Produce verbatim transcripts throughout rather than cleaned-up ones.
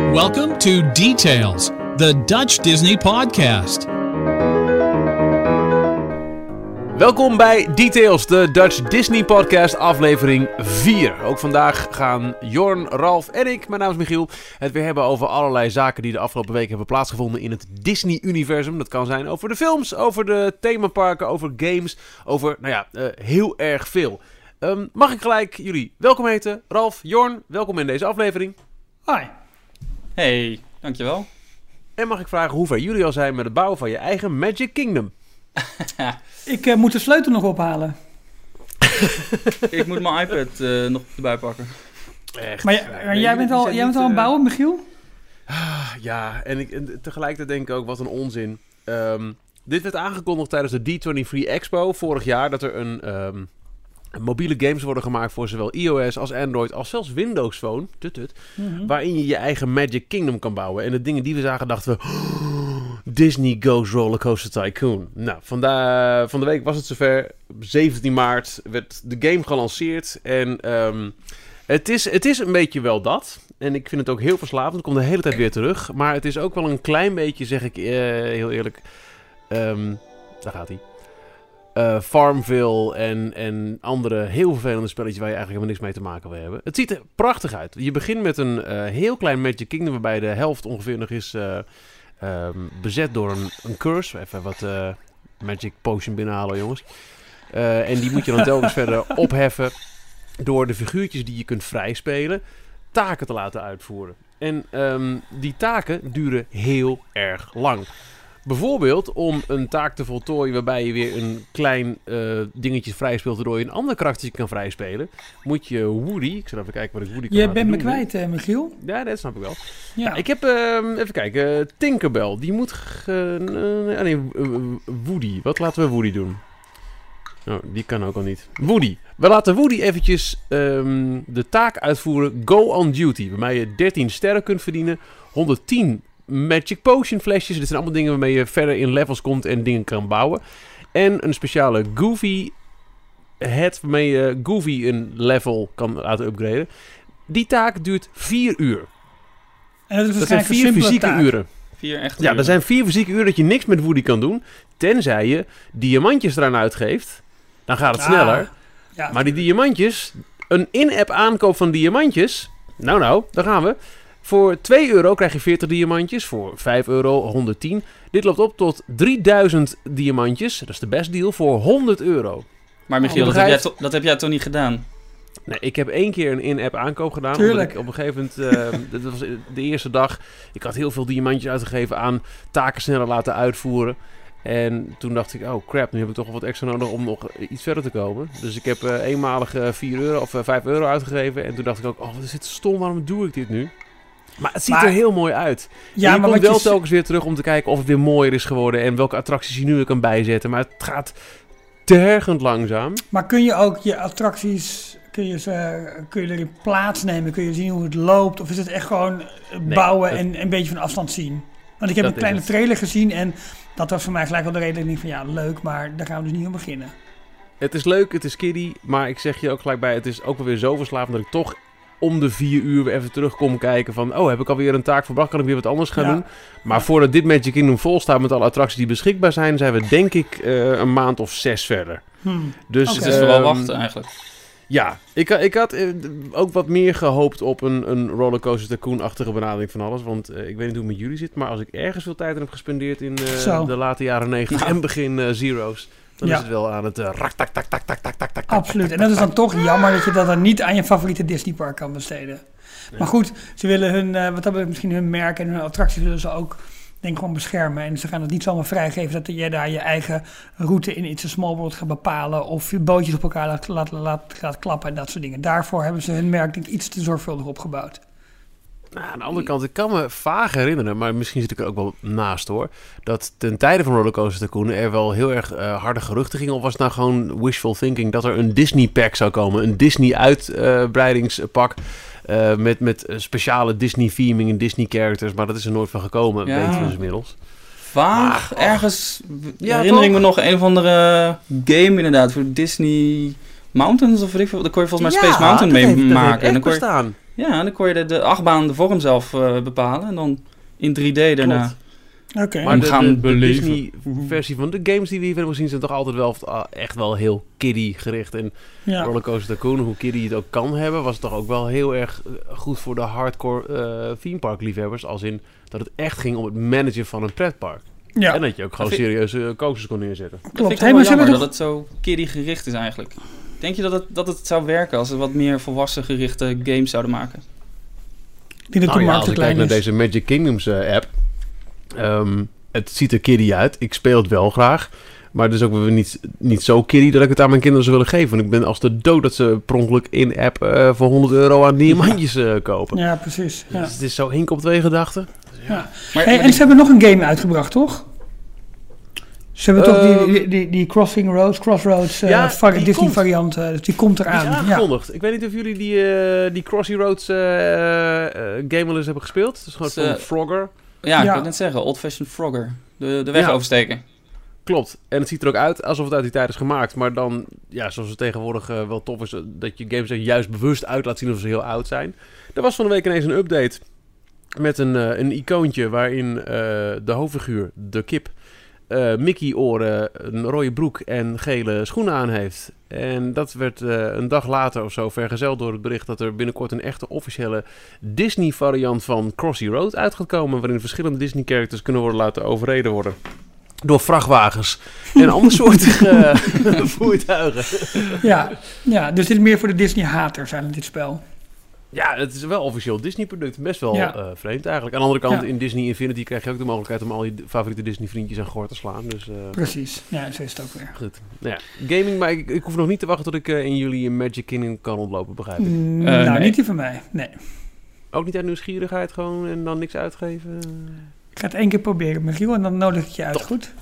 Welcome to Details, the Dutch Disney podcast. Welkom bij Details, de Dutch Disney podcast, aflevering vier. Ook vandaag gaan Jorn, Ralf en ik, mijn naam is Michiel, het weer hebben over allerlei zaken die de afgelopen weken hebben plaatsgevonden in het Disney-universum. Dat kan zijn over de films, over de themaparken, over games, over, nou ja, uh, heel erg veel. Um, mag ik gelijk jullie welkom heten? Ralf, Jorn, welkom in deze aflevering. Hoi. Hey, dankjewel. En mag ik vragen hoe ver jullie al zijn met het bouwen van je eigen Magic Kingdom? Ik uh, moet de sleutel nog ophalen. Ik moet mijn iPad uh, nog erbij pakken. Echt? Maar, j- maar jij, bent al, jij bent al aan het bouwen, Michiel? Ja, en, ik, en tegelijkertijd denk ik ook, wat een onzin. Um, dit werd aangekondigd tijdens de D drieëntwintig Expo vorig jaar, dat er een... Um, mobiele games worden gemaakt voor zowel iOS als Android als zelfs Windows Phone, tut, tut, mm-hmm. waarin je je eigen Magic Kingdom kan bouwen. En de dingen die we zagen dachten we, oh, Disney Goes Rollercoaster Tycoon. Nou, vanda- van de week was het zover. zeventien maart werd de game gelanceerd. En um, het, is, het is een beetje wel dat. En ik vind het ook heel verslavend. Het komt de hele tijd weer terug. Maar het is ook wel een klein beetje, zeg ik uh, heel eerlijk. Um, daar gaat hij. Uh, Farmville en, en andere heel vervelende spelletjes waar je eigenlijk helemaal niks mee te maken wil hebben. Het ziet er prachtig uit. Je begint met een uh, heel klein Magic Kingdom waarbij de helft ongeveer nog is uh, um, bezet door een, een curse. Even wat uh, Magic Potion binnenhalen, jongens. Uh, en die moet je dan telkens verder opheffen door de figuurtjes die je kunt vrijspelen taken te laten uitvoeren. En um, die taken duren heel erg lang. Bijvoorbeeld om een taak te voltooien waarbij je weer een klein uh, dingetje vrijspeelt waardoor je een ander karaktertje kan vrijspelen, moet je Woody, ik zal even kijken wat ik Woody kan je laten bent doen. me kwijt, uh, Michiel. Ja, dat snap ik wel. Ja. Nou, ik heb, uh, even kijken, uh, Tinkerbell, die moet, ge, uh, nee, uh, Woody, wat laten we Woody doen? Oh, die kan ook al niet. Woody. We laten Woody eventjes um, de taak uitvoeren, Go on Duty, waarmee je dertien sterren kunt verdienen, honderdtien Magic Potion flesjes. Dit zijn allemaal dingen waarmee je verder in levels komt en dingen kan bouwen. En een speciale Goofy head waarmee je Goofy een level kan laten upgraden. Die taak duurt vier uur. En dat is dat zijn vier fysieke taak. uren. Vier echte Ja, uren. er zijn vier fysieke uren dat je niks met Woody kan doen. Tenzij je diamantjes eraan uitgeeft. Dan gaat het ah, sneller. Ja. Maar die diamantjes, een in-app aankoop van diamantjes. Nou nou, daar gaan we. Voor twee euro krijg je veertig diamantjes. Voor vijf euro honderdtien. Dit loopt op tot drieduizend diamantjes. Dat is de best deal voor honderd euro. Maar Michiel, Oh, dat, heb jij to- dat heb jij toch niet gedaan? Nee, ik heb één keer een in-app aankoop gedaan. Tuurlijk. Omdat ik op een gegeven moment, uh, dat was de eerste dag. Ik had heel veel diamantjes uitgegeven aan taken sneller laten uitvoeren. En toen dacht ik, oh crap, nu heb ik toch wel wat extra nodig om nog iets verder te komen. Dus ik heb uh, eenmalig uh, vier euro of uh, vijf euro uitgegeven. En toen dacht ik ook, oh wat is dit stom, waarom doe ik dit nu? Maar het ziet maar, er heel mooi uit. Ja, en je maar komt wat wel je... telkens weer terug om te kijken of het weer mooier is geworden. En welke attracties je nu weer kan bijzetten. Maar het gaat tergend langzaam. Maar kun je ook je attracties, kun je, ze, kun je erin plaatsnemen? Kun je zien hoe het loopt? Of is het echt gewoon bouwen nee, dat... en een beetje van afstand zien? Want ik heb dat een kleine trailer gezien en dat was voor mij gelijk wel de reden dat ik denk van ja, leuk, maar daar gaan we dus niet aan beginnen. Het is leuk, het is kiddie, maar ik zeg je ook gelijk bij, het is ook wel weer zo verslavend dat ik toch om de vier uur weer even terugkom kijken van, oh, heb ik alweer een taak verbracht, kan ik weer wat anders gaan ja. doen? Maar voordat dit Magic Kingdom vol staat met alle attracties die beschikbaar zijn, zijn we denk ik uh, een maand of zes verder. Hmm. Dus Het is uh, wel wachten eigenlijk. Ja, ik, ik had uh, ook wat meer gehoopt op een, een rollercoaster tycoon-achtige benadering van alles. Want uh, ik weet niet hoe het met jullie zit, maar als ik ergens veel tijd in heb gespendeerd in uh, de late jaren negentig nou. en begin uh, Zero's, dan ja. is het wel aan het uh, rak, tak, tak, tak, tak, tak, tak, tak. Absoluut. En dat is dan toch jammer dat je dat dan niet aan je favoriete Disneypark kan besteden. Nee. Maar goed, ze willen hun, uh, wat dat betreft misschien hun merk en hun attracties willen ze ook, denk ik, gewoon beschermen. En ze gaan het niet zomaar vrijgeven dat jij daar je eigen route in It's a Small World gaat bepalen of je bootjes op elkaar laat, laat, laat, laat klappen en dat soort dingen. Daarvoor hebben ze hun merk, denk ik, iets te zorgvuldig opgebouwd. Nou, aan de andere kant, ik kan me vaag herinneren, maar misschien zit ik er ook wel naast hoor, dat ten tijde van Rollercoaster Tycoon er wel heel erg uh, harde geruchten gingen. Of was het nou gewoon wishful thinking dat er een Disney pack zou komen, een Disney uitbreidingspak uh, met, met speciale Disney theming en Disney characters, maar dat is er nooit van gekomen, Ja. weten we dus inmiddels. Vaag, Maar, ergens Ja, herinner ik toch? me nog een of andere game inderdaad voor Disney Mountains of weet ik veel. Daar kon je volgens mij Space Mountain mee maken. En En dan kon je, bestaan. Ja, dan kon je de, de achtbaan, de vorm zelf uh, bepalen. En dan in drie D daarna. Klopt. Oké. Okay. Maar de, gaan de, de beleven. Disney-versie van de games die we hier hebben gezien... zijn toch altijd wel echt wel heel kiddie gericht. En ja. Rollercoaster Tycoon, hoe kiddie het ook kan hebben... was het toch ook wel heel erg goed voor de hardcore uh, themepark-liefhebbers. Als in dat het echt ging om het managen van een pretpark. Ja. En dat je ook gewoon vind... serieuze coasters kon neerzetten. Klopt. Dat vind ik hey, wel jammer toch... dat het zo kiddie gericht is eigenlijk. Denk je dat het, dat het zou werken als we wat meer volwassen gerichte games zouden maken? Die nou ja, als ik kijk naar deze Magic Kingdoms uh, app... Um, het ziet er kiddie uit. Ik speel het wel graag. Maar het is ook weer niet, niet zo kiddie dat ik het aan mijn kinderen zou willen geven. Want ik ben als de dood dat ze per ongeluk in-app uh, voor honderd euro aan diamantjes uh, kopen. Ja, precies. Ja. Dus het is zo hink op twee gedachten. Ja. Ja. Maar, hey, maar en ze hebben nog een game uitgebracht, toch? Ze hebben uh, toch die, die, die, die Crossing Roads, Crossroads, uh, ja, vari- Disney komt. variant. Uh, dus die komt eraan. Die is aangekondigd. Ja. Ik weet niet of jullie die, uh, die Crossy Roads uh, uh, game wel eens hebben gespeeld. Het is gewoon van uh, Frogger. Ja, ik ja. wil net zeggen, Old Fashioned Frogger. De, de weg ja. oversteken. Klopt. En het ziet er ook uit alsof het uit die tijd is gemaakt. Maar dan, ja, zoals het tegenwoordig uh, wel tof is... dat je games er juist bewust uit laat zien of ze heel oud zijn. Er was van de week ineens een update... met een, uh, een icoontje waarin uh, de hoofdfiguur, de kip... Uh, Mickey-oren, een rode broek en gele schoenen aan heeft. En dat werd uh, een dag later of zo vergezeld door het bericht... dat er binnenkort een echte officiële Disney-variant van Crossy Road uit gaat komen... waarin verschillende Disney-characters kunnen worden laten overreden worden... door vrachtwagens en andere soorten uh, voertuigen. Ja, ja, dus dit is meer voor de Disney-haters aan dit spel. Ja, het is wel officieel Disney-product. Best wel ja. uh, vreemd eigenlijk. Aan de andere kant, ja. in Disney Infinity krijg je ook de mogelijkheid... om al je favoriete Disney-vriendjes aan gort te slaan. Dus, uh, Precies. Ja, zo is het ook weer. Goed. Nou ja, gaming, maar ik, ik hoef nog niet te wachten... tot ik uh, in jullie in Magic Kingdom kan ontlopen, begrijp ik. Mm, uh, nou, nee. niet die van mij. Nee. Ook niet uit nieuwsgierigheid gewoon en dan niks uitgeven? Ik ga het één keer proberen, Michiel, en dan nodig ik je uit. Top. Goed?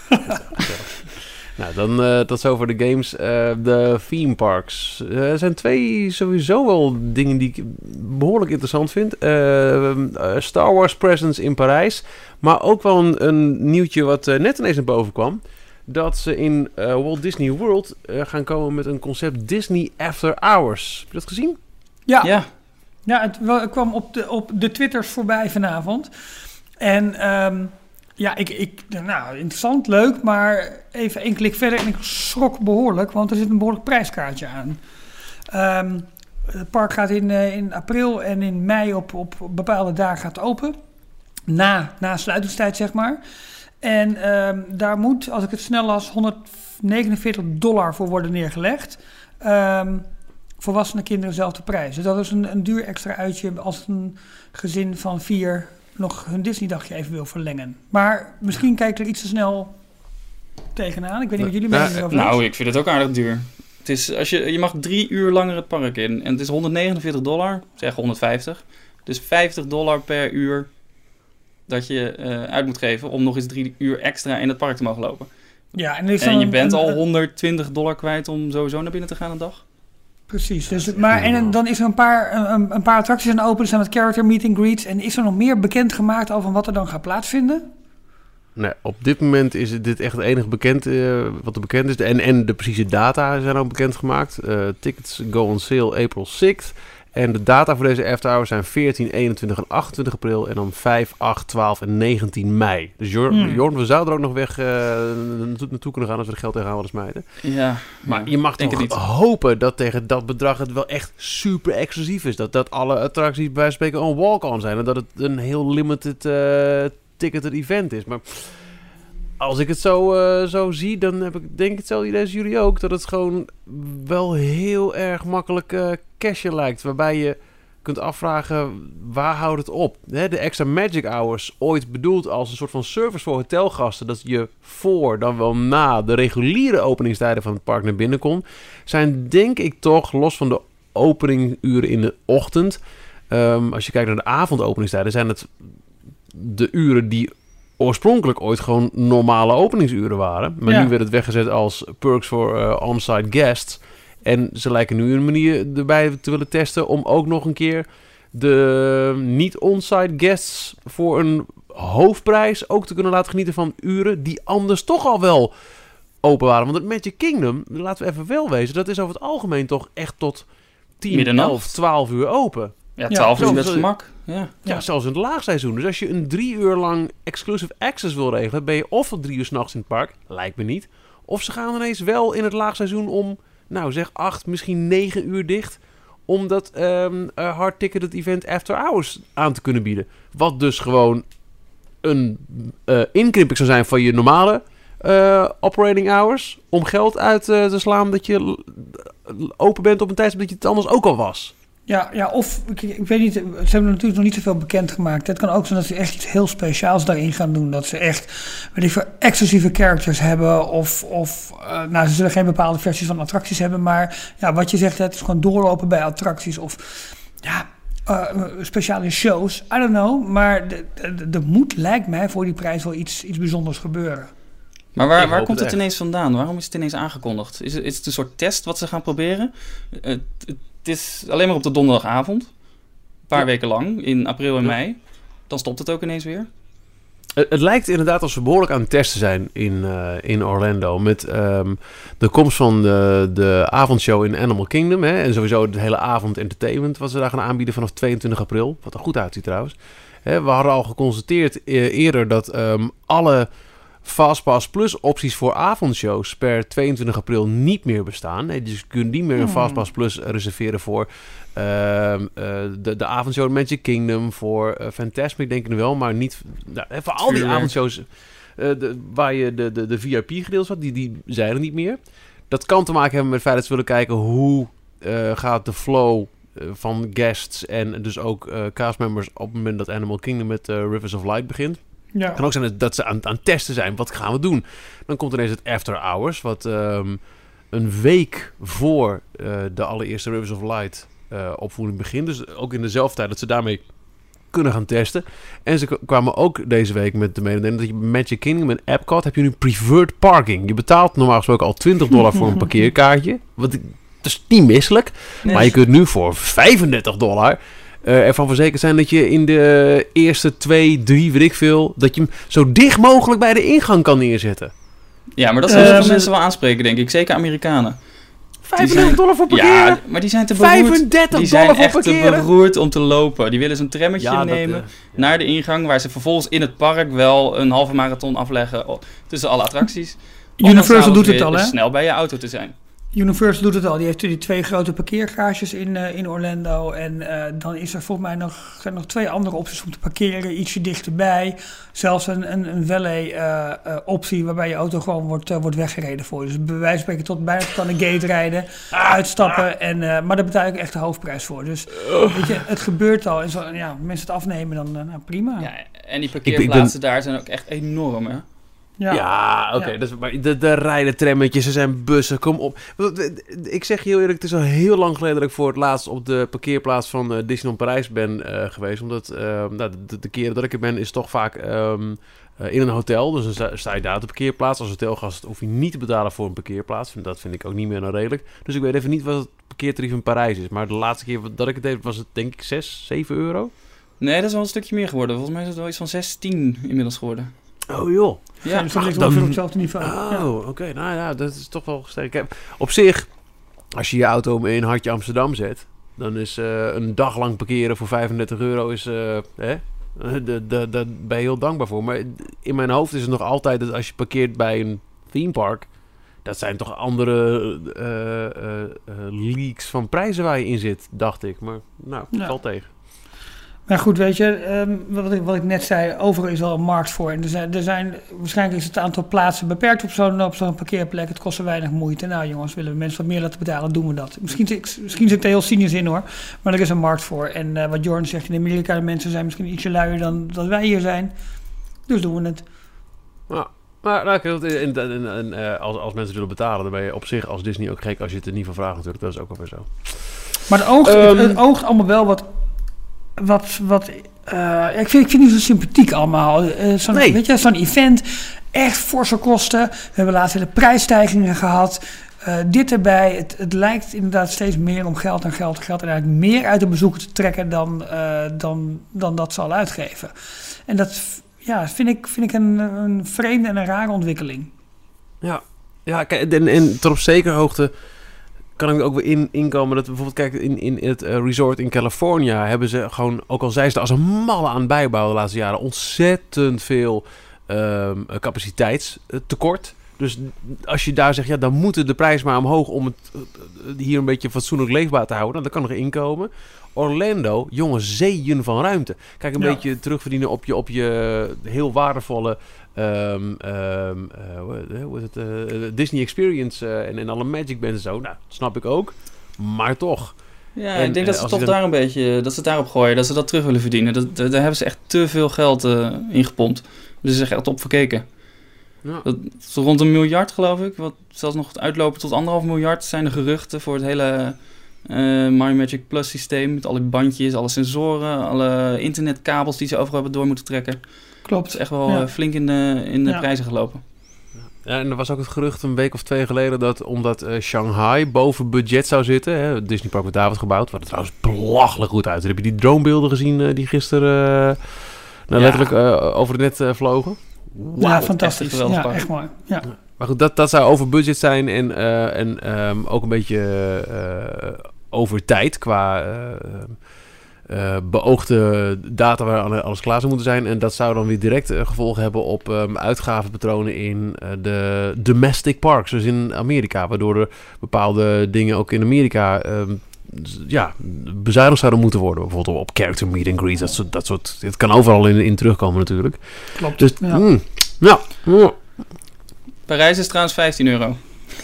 Nou, dan uh, tot zover de games. Uh, de theme parks. Er uh, zijn twee sowieso wel dingen die ik behoorlijk interessant vind. Uh, uh, Star Wars Presence in Parijs. Maar ook wel een, een nieuwtje wat uh, net ineens naar boven kwam. Dat ze in uh, Walt Disney World uh, gaan komen met een concept Disney After Hours. Heb je dat gezien? Ja. Ja, ja het, wel, het kwam op de, op de Twitters voorbij vanavond. En... Um, Ja, ik, ik, nou, interessant, leuk, maar even één klik verder en ik schrok behoorlijk, want er zit een behoorlijk prijskaartje aan. Um, het park gaat in, uh, in april en in mei op, op bepaalde dagen gaat open, na, na sluitingstijd zeg maar. En um, daar moet, als ik het snel las, honderdnegenenveertig dollar voor worden neergelegd. Um, volwassenen kinderen dezelfde prijs. Dus dat is een, een duur extra uitje als een gezin van vier... nog hun Disney-dagje even wil verlengen. Maar misschien kijk ik er iets te snel tegenaan. Ik weet niet wat jullie nou, mening over Nou, ik vind het ook aardig duur. Het is, als je, je mag drie uur langer het park in. En het is honderdnegenenveertig dollar, zeg honderdvijftig. Dus vijftig dollar per uur dat je uh, uit moet geven... om nog eens drie uur extra in het park te mogen lopen. Ja, en, en je een, bent een, al honderdtwintig dollar kwijt om sowieso naar binnen te gaan een dag. Precies, dus, maar en dan is er een paar, een, een paar attracties aan open, er zijn wat character meet and greets. En is er nog meer bekend gemaakt over wat er dan gaat plaatsvinden? Nee, op dit moment is dit echt het enige bekend uh, wat er bekend is. En, en de precieze data zijn ook bekendgemaakt. Uh, tickets go on sale April sixth. En de data voor deze after hours zijn veertien, eenentwintig en achtentwintig april. En dan vijf, acht, twaalf en negentien mei. Dus Jorn, hmm. Jorn we zouden er ook nog weg uh, naartoe kunnen gaan als we er geld tegenaan willen smijten. Ja, maar ja, je mag toch hopen dat tegen dat bedrag het wel echt super exclusief is. Dat, dat alle attracties bij wijze van spreken een walk-on zijn. En dat het een heel limited uh, ticketed event is. Maar als ik het zo, uh, zo zie, dan heb ik denk ik hetzelfde idee als jullie ook. Dat het gewoon wel heel erg makkelijk uh, cashen lijkt. Waarbij je kunt afvragen, waar houdt het op? Hè, de extra Magic Hours, ooit bedoeld als een soort van service voor hotelgasten. Dat je voor, dan wel na de reguliere openingstijden van het park naar binnen kon. Zijn denk ik toch, los van de openinguren in de ochtend. Um, als je kijkt naar de avondopeningstijden, zijn het de uren die oorspronkelijk ooit gewoon normale openingsuren waren. Maar ja. nu werd het weggezet als perks voor uh, on-site guests. En ze lijken nu een manier erbij te willen testen om ook nog een keer de niet-on-site guests voor een hoofdprijs ook te kunnen laten genieten van uren die anders toch al wel open waren. Want het Magic Kingdom, laten we even wel wezen, dat is over het algemeen toch echt tot tien, elf, twaalf uur open. Ja, twaalf uur Ja, met zo- gemak. Ja. Ja, Ja. zelfs in het laagseizoen. Dus als je een drie uur lang exclusive access wil regelen, ben je of tot drie uur s'nachts in het park, lijkt me niet. Of ze gaan ineens wel in het laagseizoen om, nou zeg acht, misschien negen uur dicht, om dat um, uh, hard-ticketed event After Hours aan te kunnen bieden. Wat dus gewoon een uh, inkrimping zou zijn van je normale uh, operating hours, om geld uit uh, te slaan dat je l- open bent op een tijdstip dat je het anders ook al was. Ja, ja, of, ik, ik weet niet, ze hebben natuurlijk nog niet zoveel bekendgemaakt. Het kan ook zijn dat ze echt iets heel speciaals daarin gaan doen. Dat ze echt, weet ik veel, exclusieve characters hebben. Of, of uh, nou, ze zullen geen bepaalde versies van attracties hebben. Maar ja, wat je zegt, het is gewoon doorlopen bij attracties. Of ja, uh, speciale shows. I don't know. Maar er moet, lijkt mij, voor die prijs wel iets, iets bijzonders gebeuren. Maar waar, Ik waar hoop komt het het echt. ineens vandaan? Waarom is het ineens aangekondigd? Is het, is het een soort test wat ze gaan proberen? Uh, het, het is alleen maar op de donderdagavond. Een paar Ja. weken lang, in april en Ja. mei. Dan stopt het ook ineens weer. Het, het lijkt inderdaad als we behoorlijk aan het testen zijn in, uh, in Orlando. Met um, de komst van de, de avondshow in Animal Kingdom. Hè, en sowieso de hele avond entertainment wat ze daar gaan aanbieden vanaf tweeëntwintig april. Wat er goed uitziet trouwens. Hè, we hadden al geconstateerd e- eerder dat um, alle Fastpass Plus opties voor avondshows per tweeëntwintig april niet meer bestaan. Nee, dus je kunt niet meer een Hmm. Fastpass Plus reserveren voor uh, uh, de, de avondshow Magic Kingdom, voor uh, Fantasmic denk ik nu wel, maar niet nou, voor al die Vuurwerk. avondshows uh, de, waar je de, de, de V I P-gedeelte had, die, die zijn er niet meer. Dat kan te maken hebben met het feit dat ze willen kijken hoe uh, gaat de flow uh, van guests en dus ook uh, castmembers op het moment dat Animal Kingdom met uh, Rivers of Light begint. Ja. Het kan ook zijn dat- dat ze aan, aan het testen zijn. Wat gaan we doen? Dan komt ineens het After Hours. Wat um, een week voor uh, de allereerste Rivers of Light uh, opvoering begint. Dus ook in dezelfde tijd dat ze daarmee kunnen gaan testen. En ze k- kwamen ook deze week met de mededeling dat je bij Magic Kingdom en Epcot heb je nu preferred parking. Je betaalt normaal gesproken al twintig dollar voor een parkeerkaartje. Wat ik- dat is niet misselijk. Nee. Maar je kunt nu voor vijfendertig dollar uh, ervan verzekerd zijn dat je in de eerste twee, drie, weet ik veel, dat je hem zo dicht mogelijk bij de ingang kan neerzetten. Ja, maar dat zal Ehm, zoveel mensen wel aanspreken, denk ik. Zeker Amerikanen. vijfendertig dollar voor parkeren? Ja, maar die zijn te beroerd. vijfendertig Die dollar zijn voor echt te parkeren? beroerd om te lopen. Die willen zo'n trammetje Ja, dat, nemen uh, naar de ingang, waar ze vervolgens in het park wel een halve marathon afleggen oh, tussen alle attracties. Om dan Universal s'avonds doet het weer al, hè? snel bij je auto te zijn. Universal doet het al. Die heeft die twee grote parkeergarages in, uh, in Orlando. En uh, dan is er volgens mij nog, zijn nog twee andere opties om te parkeren. Ietsje dichterbij. Zelfs een, een, een valet uh, uh, optie waarbij je auto gewoon wordt, uh, wordt weggereden voor je. Dus bij wijze van spreken tot bijna tot aan de gate rijden. Uitstappen. En, uh, maar daar betaal ik echt de hoofdprijs voor. Dus weet je, het gebeurt al. En zo, ja, mensen het afnemen, dan uh, nou, prima. Ja, en die ik ben- parkeerplaatsen daar zijn ook echt enorm, hè? Ja, Ja. oké. Ja. dat is- maar de, de rijden trammetjes, er zijn bussen, kom op. Ik zeg je heel eerlijk, het is al heel lang geleden dat ik voor het laatst op de parkeerplaats van uh, Disneyland Parijs ben uh, geweest. Omdat uh, nou, de, de keren dat ik er ben is toch vaak um, uh, in een hotel. Dus dan sta, sta je daar op de parkeerplaats. Als hotelgast hoef je niet te betalen voor een parkeerplaats. Dat vind ik ook niet meer dan redelijk. Dus ik weet even niet wat het parkeertarief in Parijs is. Maar de laatste keer dat ik het deed was het denk ik zes, zeven euro. Nee, dat is wel een stukje meer geworden. Volgens mij is het wel iets van zestien inmiddels geworden. Oh joh. Ja, dus dat ligt dan- ongeveer op hetzelfde niveau. Oh, Ja. oké. Nou ja, dat is toch wel sterk. Kijk, op zich, als je je auto in Hartje Amsterdam zet, dan is uh, een dag lang parkeren voor vijfendertig euro is, uh, hè? De, de, de, ben je heel dankbaar voor. Maar in mijn hoofd is het nog altijd dat als je parkeert bij een theme park, dat zijn toch andere uh, uh, uh, leaks van prijzen waar je in zit, dacht ik. Maar nou, Ja. valt tegen. Maar goed, weet je, um, wat, ik, wat ik net zei, overal is wel een markt voor. En er zijn, er zijn, waarschijnlijk is het aantal plaatsen beperkt op zo'n, op zo'n parkeerplek. Het kost er weinig moeite. Nou jongens, willen we mensen wat meer laten betalen, doen we dat. Misschien, misschien zit er heel cynisch in hoor, maar er is een markt voor. En uh, wat Jordan zegt, in Amerika de mensen zijn misschien ietsje luier dan dat wij hier zijn. Dus doen we het. Ja. Maar nou, en, en, en, en, uh, als, als mensen willen betalen, dan ben je op zich als Disney ook gek als je het er niet van vraagt natuurlijk. Dat is ook alweer zo. Maar het oogt, Um, het, het oogt allemaal wel wat... wat, wat uh, ik, vind, ik vind het niet zo sympathiek allemaal. Uh, zo'n, Nee. Weet je, zo'n event, echt forse kosten. We hebben laatst hele prijsstijgingen gehad. Uh, dit erbij, het, het lijkt inderdaad steeds meer om geld en geld en geld. En eigenlijk meer uit de bezoeker te trekken dan, uh, dan, dan dat zal uitgeven. En dat ja, vind ik, vind ik een, een vreemde en een rare ontwikkeling. Ja, ja kijk, en, en tot op zekere hoogte kan ik ook weer in, inkomen dat bijvoorbeeld, kijk, in, in het uh, resort in California hebben ze gewoon, ook al zijn ze er als een malle aan het bijbouwen de laatste jaren, ontzettend veel um, capaciteitstekort. Dus als je daar zegt, ja, dan moeten de prijzen maar omhoog om het uh, hier een beetje fatsoenlijk leefbaar te houden. Dan kan er inkomen. Orlando, jongen, zeeën van ruimte. Kijk, een ja. beetje terugverdienen op je, op je heel waardevolle um, um, uh, hoe is het, uh, Disney Experience uh, en, en alle Magic Bands en zo. Nou, dat snap ik ook. Maar toch. Ja, en, ik denk dat ze uh, toch dan... daar een beetje, dat ze het daarop gooien, dat ze dat terug willen verdienen. Dat, daar hebben ze echt te veel geld uh, in gepompt. Dus ze is echt op verkeken. Ja. Dat is rond een miljard, geloof ik. Wat zelfs nog uitlopen tot anderhalf miljard zijn de geruchten voor het hele uh, My Magic Plus systeem. Met alle bandjes, alle sensoren, alle internetkabels die ze overal hebben door moeten trekken. Klopt. Het is echt wel ja. uh, flink in de, in de ja. prijzen gelopen. Ja, en er was ook het gerucht een week of twee geleden dat omdat uh, Shanghai boven budget zou zitten, hè, het Disney Park met David gebouwd, wat er trouwens belachelijk goed uit. Heb je die dronebeelden gezien uh, die gisteren uh, nou, ja. letterlijk uh, over het net uh, vlogen? Wow, ja, fantastisch. Echt ja, echt mooi. Ja. Ja. Maar goed, dat, dat zou over budget zijn en, uh, en um, ook een beetje uh, over tijd qua uh, uh, beoogde data waar alles klaar zou moeten zijn. En dat zou dan weer direct uh, gevolgen hebben op um, uitgavenpatronen in uh, de domestic parks, dus in Amerika. Waardoor er bepaalde dingen ook in Amerika um, ja, bezuinigd zouden moeten worden. Bijvoorbeeld op character meet and greets. Dat soort, dat soort, het kan overal in, in terugkomen natuurlijk. Klopt. Dus, ja. Mm, ja. ja. Parijs is trouwens vijftien euro.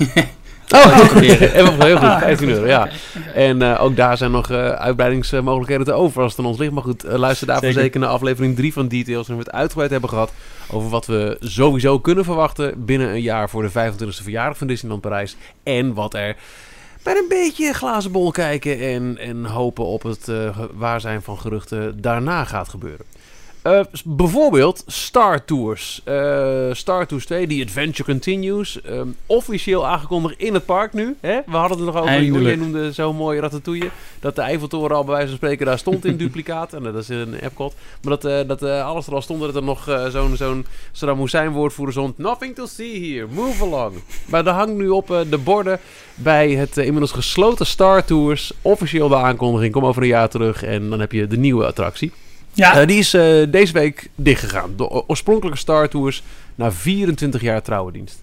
Oh, oké. Even heel goed. vijftien euro, ja. Okay, okay. En uh, ook daar zijn nog uh, uitbreidingsmogelijkheden te over als het aan ons ligt. Maar goed, uh, luister daarvoor zeker. zeker naar aflevering drie van Details. En we het uitgebreid hebben gehad over wat we sowieso kunnen verwachten binnen een jaar voor de vijfentwintigste verjaardag van Disneyland Parijs. En wat er met een beetje glazen bol kijken en, en hopen op het uh, waar zijn van geruchten daarna gaat gebeuren. Uh, bijvoorbeeld Star Tours. Uh, Star Tours twee, The Adventure Continues. Um, officieel aangekondigd in het park nu. Hè? We hadden het er nog over. Eindelijk. Jij noemde zo mooi Ratatouille. Dat de Eiffeltoren al bij wijze van spreken daar stond in duplicaat. En dat is een Epcot. Maar dat, uh, dat uh, alles er al stond. Dat er nog uh, zo'n, zo'n Saddam Hussein woordvoerder stond. Nothing to see here. Move along. Maar er hangt nu op uh, de borden bij het uh, inmiddels gesloten Star Tours. Officieel de aankondiging. Kom over een jaar terug. En dan heb je de nieuwe attractie. Ja. Uh, die is uh, deze week dichtgegaan. De oorspronkelijke Star Tours na vierentwintig jaar trouwendienst.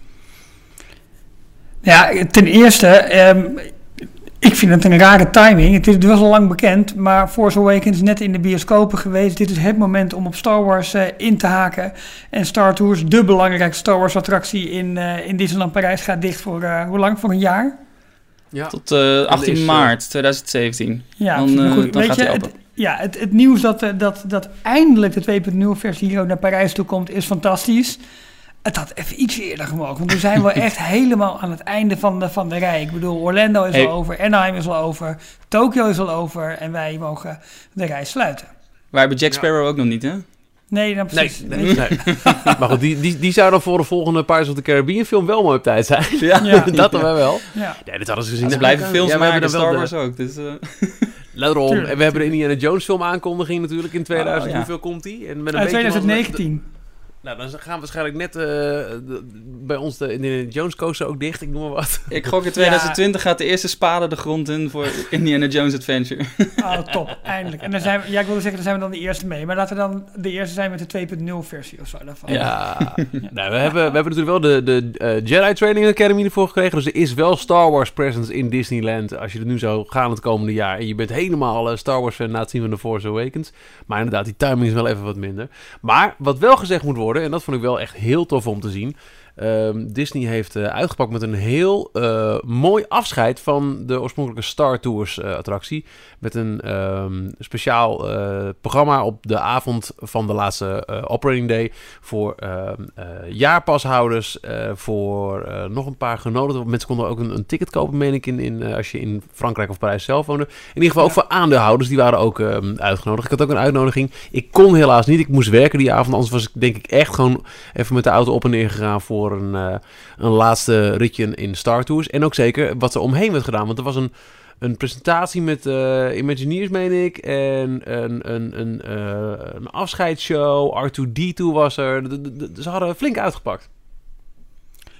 Ja, ten eerste, um, ik vind het een rare timing. Het, is, het was al lang bekend, maar Force Awakens is net in de bioscopen geweest. Dit is het moment om op Star Wars uh, in te haken. En Star Tours, de belangrijkste Star Wars attractie in, uh, in Disneyland Parijs, gaat dicht voor, uh, hoe lang? Voor een jaar? Ja. Tot uh, achttien maart tweeduizend zeventien. Ja, dan, uh, goed. Dan Weet gaat je, hij open. Het, Ja, het, het nieuws dat, dat, dat eindelijk de twee punt nul versie hier ook naar Parijs toe komt, is fantastisch. Het had even iets eerder gemogen, want we zijn wel echt helemaal aan het einde van de, van de rij. Ik bedoel, Orlando is hey. al over, Anaheim is al over, Tokyo is al over en wij mogen de reis sluiten. Wij hebben Jack Sparrow ja. ook nog niet, hè? Nee, dan precies. Nee, nee, nee. Maar goed, die, die, die zou dan voor de volgende Pirates of the Caribbean film wel mooi op tijd zijn. Ja, ja. Dat dan wel. Ja. Ja, dit hadden ze gezien. Ja, ze blijven films ja, maken, Star Wars de... ook. Dus, uh... Daarom. Tuurlijk, en we hebben de Indiana Jones film aankondiging natuurlijk in tweeduizend. Oh, ja. Hoeveel komt die? En met een uh, twintig negentien. Nou, dan gaan waarschijnlijk net uh, de, bij ons de Indiana Jones coaster ook dicht, ik noem maar wat. Ik gok in twintig twintig ja. gaat de eerste spade de grond in voor Indiana Jones Adventure. Oh, top, eindelijk. En dan zijn we, ja, ik wilde zeggen, dan zijn we dan de eerste mee. Maar laten we dan de eerste zijn met de twee punt nul versie of zo daarvan. Ja, ja. Nou, we, hebben, we hebben natuurlijk wel de, de uh, Jedi Training Academy ervoor gekregen. Dus er is wel Star Wars presence in Disneyland. Als je er nu zou gaan het komende jaar. En je bent helemaal uh, Star Wars fan na het zien van The Force Awakens. Maar inderdaad, die timing is wel even wat minder. Maar wat wel gezegd moet worden, en dat vond ik wel echt heel tof om te zien. Um, Disney heeft uh, uitgepakt met een heel uh, mooi afscheid van de oorspronkelijke Star Tours uh, attractie. Met een um, speciaal uh, programma op de avond van de laatste uh, operating day. Voor uh, uh, jaarpashouders. Uh, voor uh, nog een paar genodigden. Mensen konden ook een, een ticket kopen, meen ik, in, in, uh, als je in Frankrijk of Parijs zelf woonde. In ieder geval ook voor aandeelhouders. Die waren ook uh, uitgenodigd. Ik had ook een uitnodiging. Ik kon helaas niet. Ik moest werken die avond. Anders was ik denk ik echt gewoon even met de auto op en neer gegaan voor een, uh, een laatste ritje in Star Tours. En ook zeker wat er omheen werd gedaan. Want er was een, een presentatie met uh, Imagineers, meen ik. En een, een, een, uh, een afscheidsshow. R twee D twee was er. De, de, de, ze hadden flink uitgepakt.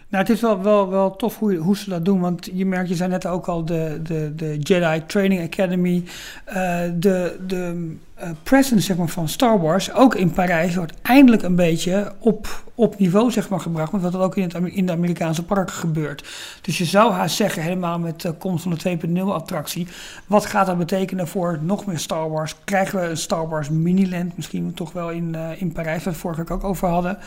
Nou, het is wel, wel, wel tof hoe, hoe ze dat doen. Want je merkt, je zei net ook al, de, de, de Jedi Training Academy. Uh, de de uh, presence zeg maar, van Star Wars, ook in Parijs, wordt eindelijk een beetje op, op niveau zeg maar, gebracht. Want wat dat ook in, het, in de Amerikaanse parken gebeurt. Dus je zou haast zeggen, helemaal met de komst van de twee punt nul attractie. Wat gaat dat betekenen voor nog meer Star Wars? Krijgen we een Star Wars Miniland misschien toch wel in, uh, in Parijs, waar we vorige week ook over hadden.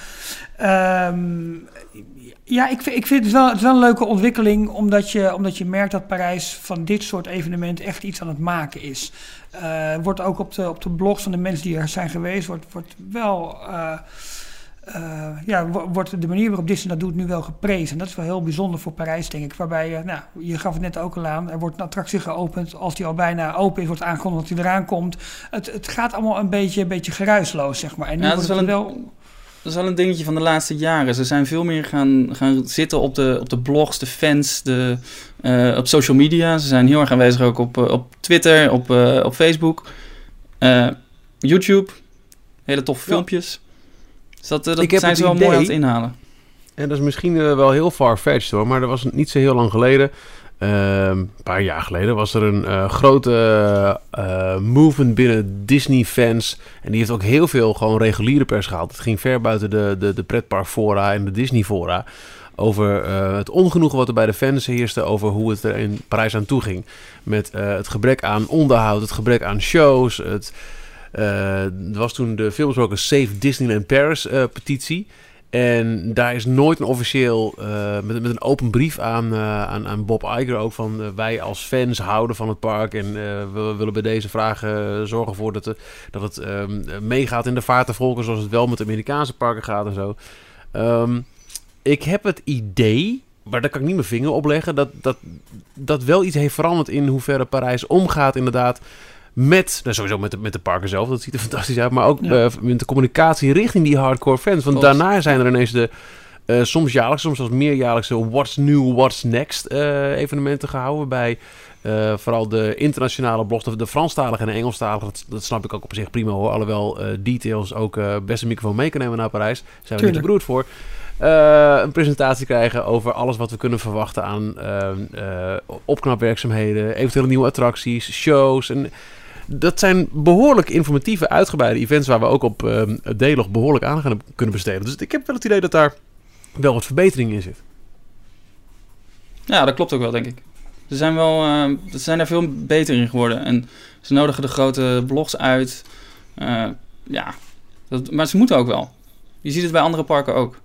Um, Ja, ik vind, ik vind het, wel, het is wel een leuke ontwikkeling, omdat je, omdat je merkt dat Parijs van dit soort evenementen echt iets aan het maken is. Uh, wordt ook op de, op de blogs van de mensen die er zijn geweest, wordt, wordt wel, uh, uh, ja, wordt de manier waarop Disney dat doet nu wel geprezen. Dat is wel heel bijzonder voor Parijs, denk ik. Waarbij, uh, nou, je gaf het net ook al aan, er wordt een attractie geopend. Als die al bijna open is, wordt aangekondigd dat hij eraan komt. Het, het gaat allemaal een beetje, een beetje geruisloos, zeg maar. En nu ja, wordt het het wel... wel... Dat is wel een dingetje van de laatste jaren. Ze zijn veel meer gaan, gaan zitten op de, op de blogs, de fans, de, uh, op social media. Ze zijn heel erg aanwezig ook op, uh, op Twitter, op, uh, op Facebook, uh, YouTube. Hele toffe ja. filmpjes. Dus dat, uh, dat zijn ze wel idee, mooi aan het inhalen. En dat is misschien uh, wel heel far-fetched hoor, maar dat was niet zo heel lang geleden. Uh, een paar jaar geleden was er een uh, grote uh, uh, movement binnen Disney-fans. En die heeft ook heel veel gewoon reguliere pers gehaald. Het ging ver buiten de, de, de pretparkfora en de Disney-fora. Over uh, het ongenoegen wat er bij de fans heerste. Over hoe het er in Parijs aan toe ging. Met uh, het gebrek aan onderhoud, het gebrek aan shows. Het, uh, er was toen de veelbesproken Save Disneyland Paris uh, petitie. En daar is nooit een officieel, uh, met, met een open brief aan, uh, aan, aan Bob Iger ook van uh, wij als fans houden van het park en uh, we willen bij deze vragen uh, zorgen voor dat, de, dat het um, meegaat in de vaart der volken zoals het wel met de Amerikaanse parken gaat en zo. Um, ik heb het idee, maar daar kan ik niet mijn vinger op leggen, dat, dat, dat wel iets heeft veranderd in hoeverre Parijs omgaat inderdaad met, nou sowieso met de, met de parken zelf, dat ziet er fantastisch uit, maar ook ja. uh, met de communicatie richting die hardcore fans. Want Klopt. Daarna zijn er ineens de uh, soms jaarlijks, soms zelfs meerjaarlijkse What's New, What's Next uh, evenementen gehouden. Waarbij uh, vooral de internationale blogs, de, de Franstalige en de Engelstalige, dat, dat snap ik ook op zich prima hoor. Alhoewel uh, Details ook uh, best een microfoon mee kan nemen naar Parijs. Daar zijn we niet te beroerd voor. Uh, een presentatie krijgen over alles wat we kunnen verwachten aan uh, uh, opknapwerkzaamheden, eventuele nieuwe attracties, shows en... Dat zijn behoorlijk informatieve, uitgebreide events waar we ook op uh, het D-log behoorlijk aan gaan kunnen besteden. Dus ik heb wel het idee dat daar wel wat verbetering in zit. Ja, dat klopt ook wel, denk ik. Ze zijn, wel, uh, ze zijn er veel beter in geworden. En ze nodigen de grote blogs uit. Uh, ja, dat, maar ze moeten ook wel. Je ziet het bij andere parken ook.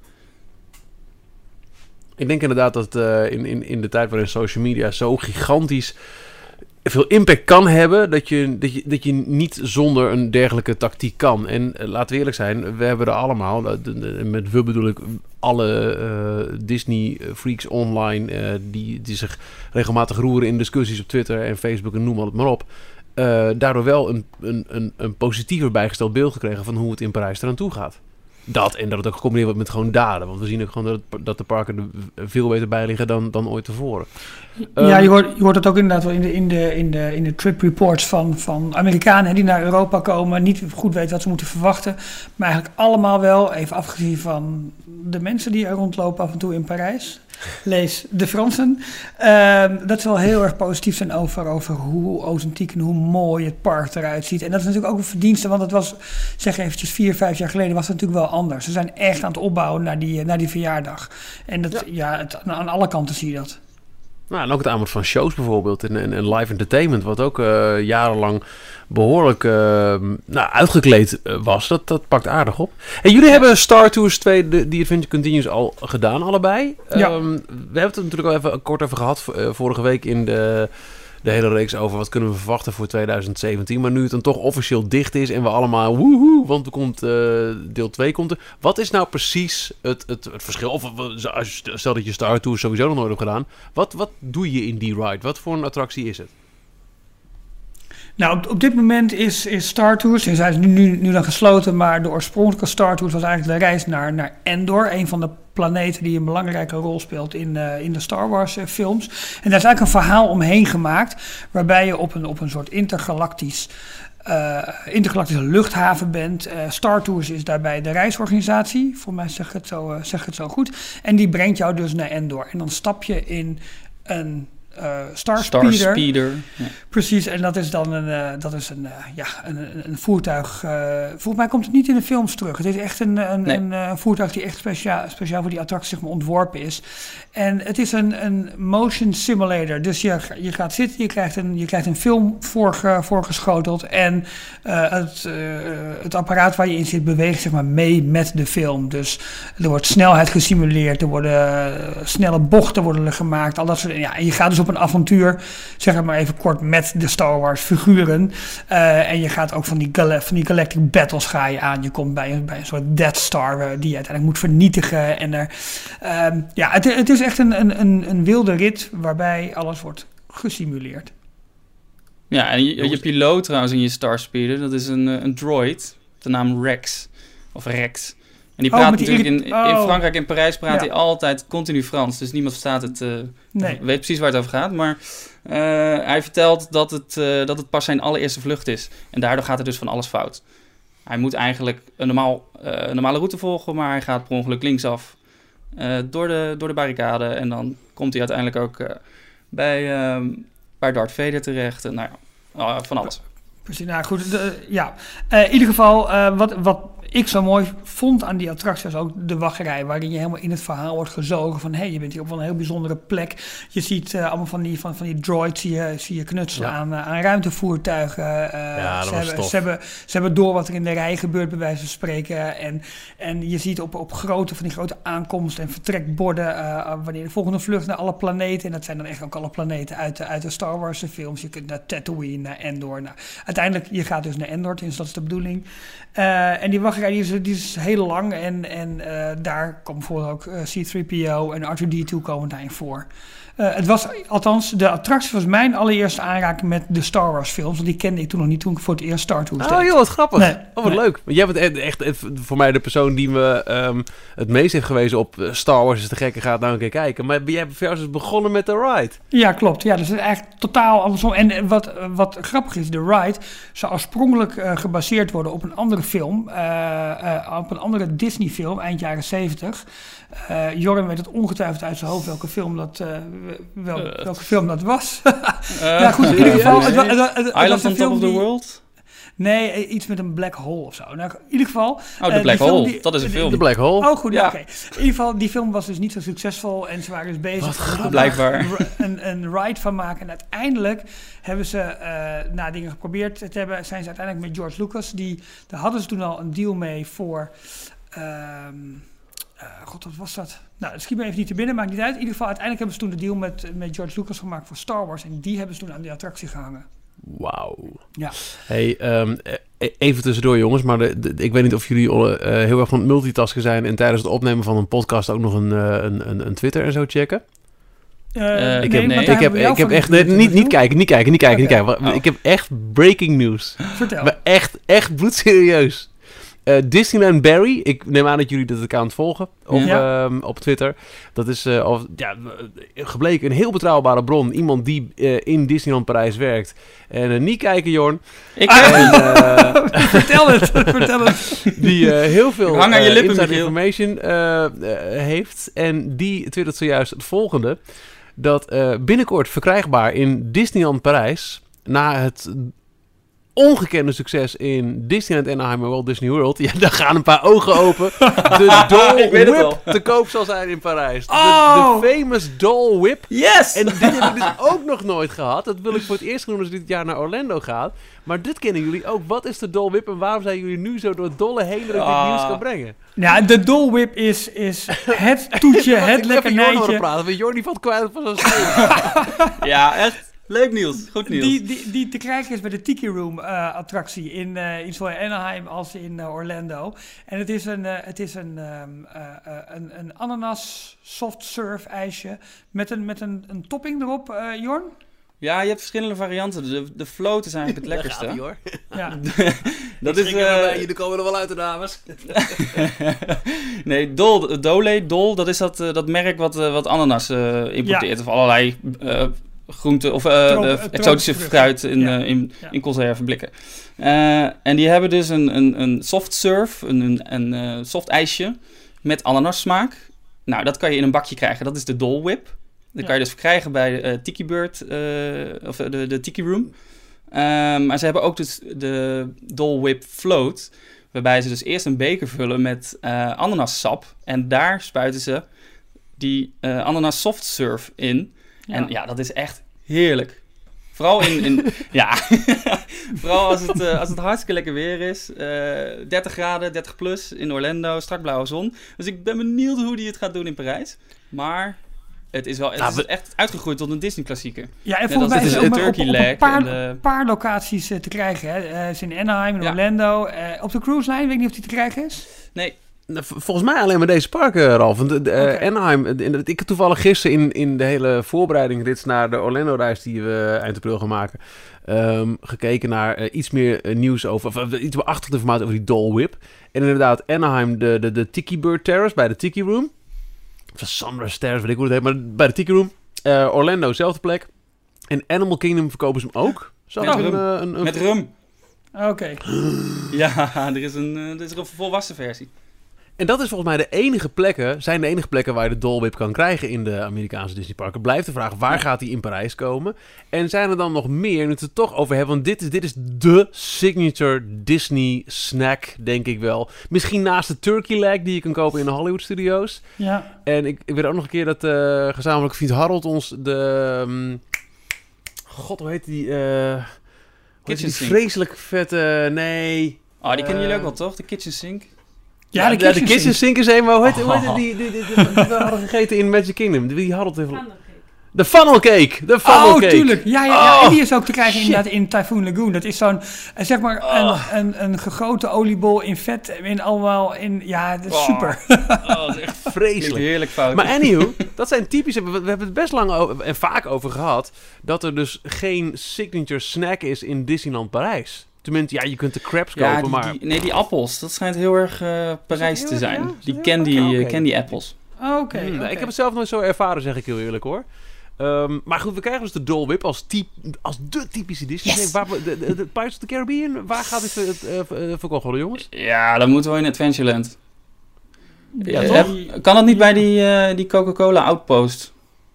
Ik denk inderdaad dat uh, in, in, in de tijd waarin social media zo gigantisch veel impact kan hebben, dat je, dat je, dat je niet zonder een dergelijke tactiek kan. En uh, laten we eerlijk zijn, we hebben er allemaal, de, de, met we bedoel ik alle uh, Disney-freaks online, uh, die, die zich regelmatig roeren in discussies op Twitter en Facebook en noem het maar op, uh, daardoor wel een, een, een, een positiever bijgesteld beeld gekregen van hoe het in Parijs eraan toe gaat. Dat en dat het ook gecombineerd wordt met gewoon daden. Want we zien ook gewoon dat, het, dat de parken er veel beter bij liggen dan, dan ooit tevoren. Ja, um, je, hoort, je hoort het ook inderdaad wel in de, in de, in de, in de trip reports van, van Amerikanen hè, die naar Europa komen. Niet goed weten wat ze moeten verwachten. Maar eigenlijk allemaal wel, even afgezien van de mensen die er rondlopen af en toe in Parijs. Lees de Fransen. Uh, dat ze wel heel erg positief zijn over, over hoe authentiek en hoe mooi het park eruit ziet. En dat is natuurlijk ook een verdienste, want het was, zeg eventjes, vier, vijf jaar geleden was het natuurlijk wel anders. Ze zijn echt aan het opbouwen naar die, naar die verjaardag. En dat, ja, ja het, aan alle kanten zie je dat. Nou, en ook het aanbod van shows bijvoorbeeld en, en, en live entertainment, wat ook uh, jarenlang behoorlijk uh, nou, uitgekleed was. Dat, dat pakt aardig op. En jullie ja. hebben Star Tours twee, de, die Adventure Continues, al gedaan, allebei. Ja. Um, we hebben het er natuurlijk al even kort over gehad uh, vorige week in de, de hele reeks over wat kunnen we verwachten voor twintig zeventien. Maar nu het dan toch officieel dicht is en we allemaal woehoe, want er komt uh, deel twee komt er. Wat is nou precies het, het, het verschil? Of stel dat je Star Tours sowieso nog nooit hebt gedaan. Wat, wat doe je in die ride? Wat voor een attractie is het? Nou, op, op dit moment is, is Star Tours, en zij is nu, nu, nu dan gesloten, maar de oorspronkelijke Star Tours was eigenlijk de reis naar, naar Endor, een van de planeten die een belangrijke rol speelt in, uh, in de Star Wars uh, films. En daar is eigenlijk een verhaal omheen gemaakt, waarbij je op een, op een soort intergalactisch uh, intergalactische luchthaven bent. Uh, Star Tours is daarbij de reisorganisatie. Voor mij zeg ik het zo, uh, zeg ik het zo goed. En die brengt jou dus naar Endor. En dan stap je in een uh, Star Speeder. Star Speeder. Ja. Precies, en dat is dan een, uh, dat is een, uh, ja, een, een, een voertuig. Uh, volgens mij komt het niet in de films terug. Het is echt een, een, nee. een, een voertuig die echt speciaal, speciaal voor die attractie zeg maar, ontworpen is. En het is een, een motion simulator. Dus je, je gaat zitten, je krijgt een, je krijgt een film voorge, voorgeschoteld. En uh, het, uh, het apparaat waar je in zit beweegt zeg maar, mee met de film. Dus er wordt snelheid gesimuleerd, er worden uh, snelle bochten worden er gemaakt. Al dat soort, ja, en je gaat dus op een avontuur, zeg maar even kort, met de Star Wars figuren. Uh, en je gaat ook van die, gal- van die galactic battles ga je aan. Je komt bij een, bij een soort Death Star uh, die je uiteindelijk moet vernietigen. En er, uh, ja, het, het is echt een, een, een, een wilde rit waarbij alles wordt gesimuleerd. Ja, en je, je piloot trouwens in je Star Speeder, dat is een, een droid, de naam Rex. Of Rex. En die Oh, praat met die natuurlijk irrit- in, in oh. Frankrijk en Parijs praat Ja. hij altijd continu Frans. Dus niemand verstaat het, uh, Nee. weet precies waar het over gaat. Maar uh, hij vertelt dat het, uh, dat het pas zijn allereerste vlucht is. En daardoor gaat er dus van alles fout. Hij moet eigenlijk een, normaal, uh, een normale route volgen, maar hij gaat per ongeluk linksaf uh, door, de, door de barricade. En dan komt hij uiteindelijk ook uh, bij, um, bij Darth Vader terecht. En nou ja, uh, van alles. Precies, nou goed, de, ja. Uh, in ieder geval, uh, wat, wat ik zo mooi vond aan die attractie was ook de wachterij, waarin je helemaal in het verhaal wordt gezogen van, hé, hey, je bent hier op wel een heel bijzondere plek. Je ziet uh, allemaal van die, van, van die droids, zie je, zie je knutselen Ja. aan, uh, aan ruimtevoertuigen. Uh, Ja, dat ze, was hebben, tof. ze, hebben, ze hebben door wat er in de rij gebeurt, bij wijze van spreken. En, en je ziet op, op grote, van die grote aankomst- en vertrekborden, uh, wanneer de volgende vlucht naar alle planeten, en dat zijn dan echt ook alle planeten uit de, uit de Star Wars films. Je kunt naar Tatooine, naar Endor. Nou, uiteindelijk, je gaat dus naar Endor, dus dat is de bedoeling. Uh, en die wachtrij die is, die is heel lang en, en uh, daar komt bijvoorbeeld ook uh, C drie P O en R twee D twee komen daarin voor. Uh, het was, althans, de attractie was mijn allereerste aanraking met de Star Wars films, want die kende ik toen nog niet toen ik voor het eerst Star Tours deed. Oh joh, wat grappig. Nee, oh, wat nee. leuk. Want jij bent echt, echt, echt voor mij de persoon die me um, het meest heeft gewezen op uh, Star Wars is te gekke, gaat nou een keer kijken. Maar jij hebt dus begonnen met de ride. Ja, klopt. Ja, dus het is eigenlijk totaal andersom. En wat, wat grappig is, de ride zou oorspronkelijk uh, gebaseerd worden op een andere film. Uh, uh, op een andere Disney film, eind jaren zeventig. Uh, Jorren weet het ongetwijfeld uit zijn hoofd welke film dat, uh, wel, Uh, welke film dat was. Uh, ja, goed, in ieder geval. Het, wa- het, wa- het, het Island was een on Top film of the die- World? Nee, iets met een black hole of zo. Nou, in ieder geval. Oh, de uh, Black die film Hole. die- Dat is een de- film. De Black Hole. Oh, goed, ja. Ja. Oké. In ieder geval, die film was dus niet zo succesvol en ze waren dus bezig Wat om grappig. er Blijkbaar. een, een ride van maken. En uiteindelijk hebben ze uh, na dingen geprobeerd te hebben, zijn ze uiteindelijk met George Lucas, die, daar hadden ze toen al een deal mee voor. Um, uh, God, wat was dat? Nou, het schiet me even niet te binnen, maakt niet uit. In ieder geval, uiteindelijk hebben ze toen de deal met, met George Lucas gemaakt voor Star Wars. En die hebben ze toen aan die attractie gehangen. Wauw. Ja. Hey, um, even tussendoor jongens, maar de, de, ik weet niet of jullie uh, heel erg van het multitasken zijn en tijdens het opnemen van een podcast ook nog een, uh, een, een, een Twitter en zo checken. Uh, Uh, nee, ik heb- want nee. daar Ik heb, hebben we jou ik heb van echt, nee, gehoord, niet, Michiel. niet kijken, niet kijken, niet kijken, niet Oké. kijken. Oh. Ik heb echt breaking news. Vertel. Maar echt, echt bloedserieus. Uh, Disneyland Barry, ik neem aan dat jullie dat account volgen op, Ja. um, op Twitter. Dat is uh, of, ja, gebleken een heel betrouwbare bron. Iemand die uh, in Disneyland Parijs werkt. En uh, niet kijken, Jorn. Ik Ah. heb En, uh, Vertel het, vertel het. die uh, heel veel Ik hang aan je uh, lippen, inside Michiel. information uh, uh, heeft. En die twittert zojuist het volgende. Dat uh, binnenkort verkrijgbaar in Disneyland Parijs, na het ongekende succes in Disneyland Anaheim en Walt Disney World. Ja, daar gaan een paar ogen open. De Doll Ik weet het Whip al. te koop zal zijn in Parijs. De, Oh! de famous Doll Whip. Yes! En dit heb ik dus ook nog nooit gehad. Dat wil ik voor het eerst doen als ik dit jaar naar Orlando ga. Maar dit kennen jullie ook. Wat is de Doll Whip en waarom zijn jullie nu zo door het dolle heen dat ik dit Ah. nieuws kan brengen? Ja, de Dole Whip is, is het toetje, het Ik heb met Jorn horen lekkernijtje. praten. Want Jorn die valt kwijt van zo'n stoel. Ja, echt. Leuk nieuws. Goed nieuws. Die, die, die te krijgen is bij de Tiki Room uh, attractie in, uh, in zowel Anaheim als in uh, Orlando. En het is een, uh, het is een, um, uh, uh, een, een ananas soft serve ijsje met een, met een, een topping erop, uh, Jorn. Ja, je hebt verschillende varianten. De, de float is eigenlijk het lekkerste. Daar gaat hij, hoor. Ja. Dat is... eh, Jullie komen er wel uit de dames. nee, Dol, Dole, Dol, dat is dat, uh, dat merk wat, uh, wat ananas uh, importeert. Ja. Of allerlei uh, groente of uh, Trop- de tropische exotische vruchten. fruit in, Ja. uh, in, Ja. in conserveblikken. Uh, en die hebben dus een, een, een soft serve, een, een, een uh, soft ijsje met ananassmaak. Nou, dat kan je in een bakje krijgen. Dat is de Dole Whip. Dat Ja. kan je dus verkrijgen bij de uh, Tiki Bird, uh, of de, de Tiki Room. Uh, maar ze hebben ook dus de Dole Whip Float, waarbij ze dus eerst een beker vullen met uh, ananassap. En daar spuiten ze die uh, ananas soft serve in. Ja. En ja, dat is echt heerlijk. Vooral in, in ja, vooral als het, uh, als het hartstikke lekker weer is. Uh, dertig graden, dertig plus in Orlando, strak blauwe zon. Dus ik ben benieuwd hoe die het gaat doen in Parijs. Maar het is wel het Nou, is we- echt uitgegroeid tot een Disney-klassieker. Ja, en Net volgens als mij is de het ook maar op, turkey op een leg paar, en de- paar locaties uh, te krijgen. Hè. Uh, het is in Anaheim, in Ja. Orlando. Uh, op de cruise line, weet ik niet of die te krijgen is. Nee, Nou, v- volgens mij alleen maar deze parken, Ralf. Want, uh, Oké. Anaheim, uh, inderdaad, ik heb toevallig gisteren in, in de hele voorbereiding rits naar de Orlando-reis die we eind april gaan maken, um, gekeken naar uh, iets meer uh, nieuws over, of uh, iets meer achtergrondinformatie over die Dole Whip. En inderdaad, Anaheim, de, de, de Tiki Bird Terrace bij de Tiki Room. Of de Sunrise Terrace, weet ik hoe het heet, maar bij de Tiki Room. Uh, Orlando, zelfde plek. En Animal Kingdom verkopen ze hem ook. Zo Met een, rum. uh, een, een, met rum. Oké. Ja, er is een, uh, er is een volwassen versie. En dat is volgens mij de enige plekken, zijn de enige plekken waar je de Dole Whip kan krijgen in de Amerikaanse Disneyparken. Blijft de vraag, waar gaat die in Parijs komen? En zijn er dan nog meer, nu we het er toch over hebben, want dit is, dit is de signature Disney snack, denk ik wel. Misschien naast de turkey leg die je kan kopen in de Hollywood Studios. Ja. En ik, ik weet ook nog een keer dat uh, gezamenlijke vriend Harold ons de... Um, God, hoe heet die? Uh, hoe heet Kitchen die sink. vreselijk vette... Nee... Oh, die kennen jullie Uh, ook wel, toch? De kitchen sink. Ja, de de kitchen kitchen sink. sink is een, maar hoe heet, hoe heet Oh. die, die, die, die, die we hadden gegeten in Magic Kingdom? Die Harold heeft... De funnel cake! De funnel Oh, cake! tuurlijk. Ja, ja, ja. Oh, En die is ook te krijgen shit. inderdaad in Typhoon Lagoon. Dat is zo'n, eh, zeg maar, Oh. een, een, een gegoten oliebol in vet. In allemaal in, ja, dat is Oh. super. Oh, dat is echt Vreselijk. heerlijk fout. Maar anywho, dat zijn typische... We, we hebben het best lang over, en vaak over gehad, dat er dus geen signature snack is in Disneyland Parijs. Tenminste, ja, je kunt de crabs ja, kopen, die, maar... die, nee, die appels, dat schijnt heel erg uh, Parijs heel te erg, zijn. ja? Is dat Die heel- candy, oké, eh, oké. candy apples. Oké. Hmm, oké. Ik heb het zelf nooit zo ervaren, zeg ik heel eerlijk hoor. Um, maar goed, we krijgen dus de Dole Whip als, typ, als de typische Disney. Yes. Waar, we- de, de, de Pirates of the Caribbean, waar gaat dit ver- uh, uh, verkocht worden, jongens? Ja, dan moeten we in Adventureland. Ja, Eh, toch? heb- kan dat niet bij die, uh, die Coca-Cola Outpost?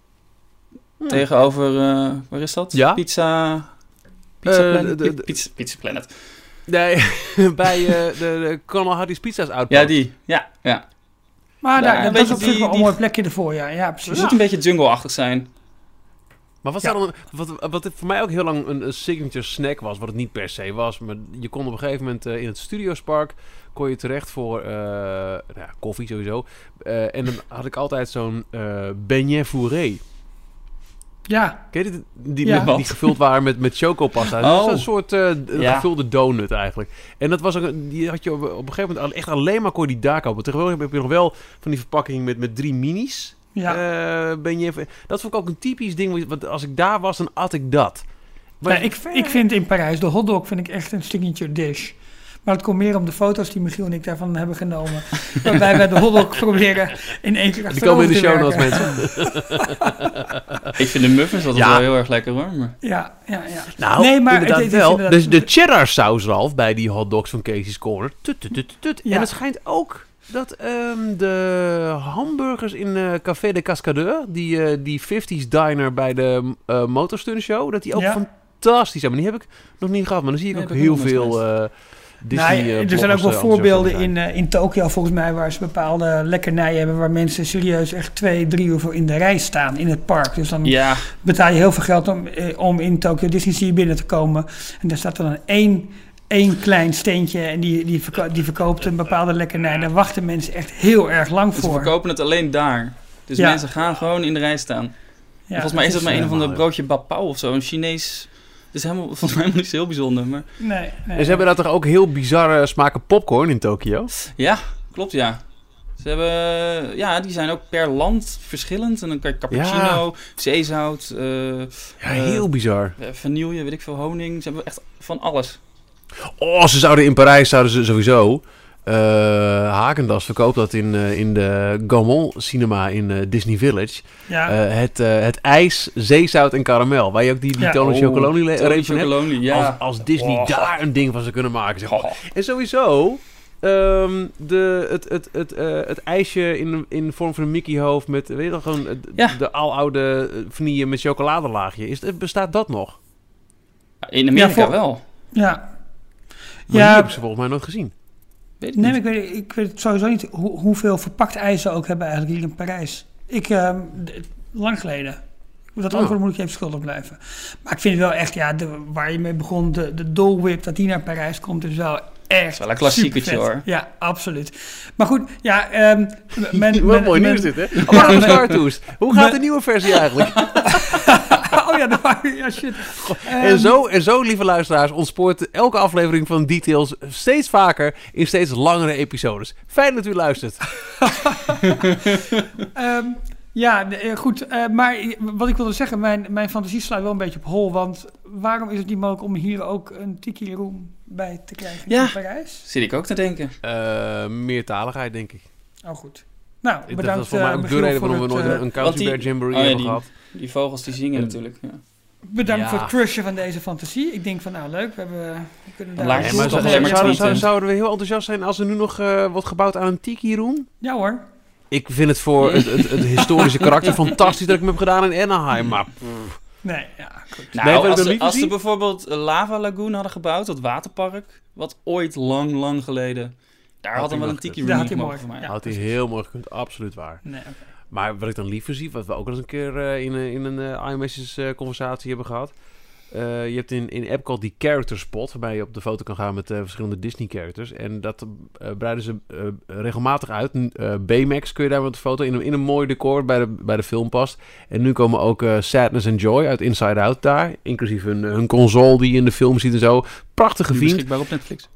Hmm. Tegenover, uh, waar is dat? Ja. Pizza... Pizza, Uh, Planet? de- de- de- Pizza, Pizza Planet. Nee, bij uh, de, de Colonel Hardy's Pizza's outpost. Ja, die. Ja, ja. Maar daar, Ja, dat weet is je, op zich die- wel een die- mooi plekje ervoor, ja. Ja, Het precies. moet een beetje jungle-achtig zijn. Maar wat, Ja. zou dan, wat, wat voor mij ook heel lang een, een signature snack was, wat het niet per se was, maar je kon op een gegeven moment uh, in het Studiospark kon je terecht voor uh, nou ja, koffie sowieso. Uh, en dan had ik altijd zo'n uh, beignet fourré. Ja, Ken je dit? Die, Ja. met- die gevuld waren met, met chocopasta. Dat Oh. is een soort uh, een Ja. gevulde donut eigenlijk. En dat was ook, een- die had je op, op een gegeven moment echt alleen maar kon je die daar kopen. Tegenwoordig heb je nog wel van die verpakking met, met drie minis. ja. Uh, beignet fourré. Dat vond ik ook een typisch ding. Want als ik daar was, dan at ik dat. Maar Nee, ik, ik vind in Parijs de hotdog vind ik echt een signature dish. Maar het komt meer om de foto's die Michiel en ik daarvan hebben genomen. Waarbij wij de hotdog proberen in één keer die komen in de show achterover notes, te werken. mensen. Ik vind de muffins altijd Ja. wel heel erg lekker hoor. Maar... Ja, ja, ja. Nou, Nee, maar inderdaad het- het is wel. inderdaad- Dus de cheddar saus, Ralf, bij die hotdogs van Casey's Corner. Tut, tut, tut, tut. Ja. En het schijnt ook dat ehm, de hamburgers in uh, Café de Cascadeur, die, uh, die vijftiger diner bij de uh, Motorstunt Show, dat die ook Ja. fantastisch zijn. Maar die heb ik nog niet gehad. Maar dan zie ik Nee, ook heb ik heel nog nooit veel uh, Disney Nou, uh, er zijn ook wel bloggers, uh, voorbeelden enthousiast in, over uh, in Tokio volgens mij waar ze bepaalde lekkernijen hebben waar mensen serieus echt twee, drie uur voor in de rij staan in het park. Dus dan Ja, betaal je heel veel geld om, eh, om in Tokyo Disney Sea binnen te komen. En daar staat dan één, één klein steentje en die, die, verko- die verkoopt een bepaalde lekkernij. Daar wachten mensen echt heel erg lang ze voor. verkopen het alleen daar. Dus Ja. mensen gaan gewoon in de rij staan. Ja, Volgens mij is dat maar een of ander helemaal, broodje bapau of zo. Een Chinees... Het is helemaal, volgens mij helemaal niet zo heel bijzonder. Maar Nee, nee. En ze hebben daar toch ook heel bizarre smaken popcorn in Tokio? ja, klopt ja. Ze hebben... Ja, die zijn ook per land verschillend. En dan kan je cappuccino, zeezout, eh, Ja, Eh, heel bizar. eh, vanille, weet ik veel, honing. Ze hebben echt van alles. Oh, ze zouden in Parijs zouden ze sowieso Uh, Häagen-Dazs verkoopt dat in, uh, in de Gaumont Cinema in uh, Disney Village. Ja. Uh, het, uh, het ijs, zeezout en karamel. Waar je ook die, die Ja. Tony Oh, Chocolonely le- Tony reep van hebt. Chocolonely, ja. Als, als Disney Oh. daar een ding van zou kunnen maken. Zeg. Oh. En sowieso... Um, de, het, het, het, uh, het ijsje in, in de vorm van een Mickey-hoofd met, weet je wel, gewoon uh, Ja. de aloude vanille met chocoladelaagje. Is, bestaat dat nog? In Amerika Ja, voor- wel. Ja. Maar Ja. die heb ik ze volgens mij nooit gezien. Weet ik Nee, niet. maar ik weet, ik weet sowieso niet hoe, hoeveel verpakt ijs ze ook hebben eigenlijk hier in Parijs. Ik, ehm, d- lang geleden. Dat Oh. antwoord moet ik even schuldig blijven. Maar ik vind het wel echt, ja, de, waar je mee begon, de, de Dole Whip, dat die naar Parijs komt, is wel echt wel een klassiekertje, supervet. hoor. Ja, absoluut. Maar goed, ja, ehm mijn, Wat mijn- mooi mijn- nieuws dit, hè? Oh, maar over Star Tours. Hoe gaat Mijn- de nieuwe versie eigenlijk? Oh ja, dat waren, ja, shit. En Ehm, zo, en zo, lieve luisteraars, ontspoort elke aflevering van Details steeds vaker in steeds langere episodes. Fijn dat u luistert. Ehm, ja, nee, eh, goed. eh, maar wat ik wilde zeggen, mijn, mijn fantasie slaat wel een beetje op hol. Want waarom is het niet mogelijk om hier ook een tiki room bij te krijgen Ja. in Parijs? Zit ik ook te denken. Uh, meertaligheid, denk ik. Oh, goed. Nou, Dat bedankt. was voor mij eh, ook de Michiel, reden voor waarom we het, nooit eh, een, een want Country die- Bear Jamboree oh ja, hebben die- gehad. Die vogels die zingen En- natuurlijk. Ja. Bedankt Ja. voor het crushen van deze fantasie. Ik denk van, nou leuk, we, hebben, we kunnen daar... Laat Nee, je maar toch zou- alleen maar zouden, tweeten. zouden, zouden we heel enthousiast zijn als er nu nog uh, wordt gebouwd aan een tiki room? Ja hoor. Ik vind het voor het, het, het historische karakter fantastisch dat ik hem heb gedaan in Anaheim, maar... pff. Nee, ja, goed. Nee, Nou, wil ik als, dan ze, liever als ze zien? bijvoorbeeld een Lava Lagoon hadden gebouwd, dat waterpark, wat ooit lang, lang geleden, daar Had had hij dan wel een nog tiki gekund. Daar room had hij mogen mooi. voor mij. Ja. Had hij heel mooi gekund, absoluut waar. Nee, oké. Maar wat ik dan liever zie, wat we ook al eens een keer uh, in, uh, in een uh, iMessage uh, conversatie hebben gehad. Uh, je hebt in, in Epcot die character spot, waarbij je op de foto kan gaan met uh, verschillende Disney characters. En dat uh, breiden ze uh, regelmatig uit. Uh, Baymax kun je daar met de foto in een, in een mooi decor bij de, bij de film past. En nu komen ook uh, Sadness and Joy uit Inside Out daar. Inclusief hun, hun console die je in de film ziet en zo. Prachtige Nu vriend. beschikbaar op Netflix.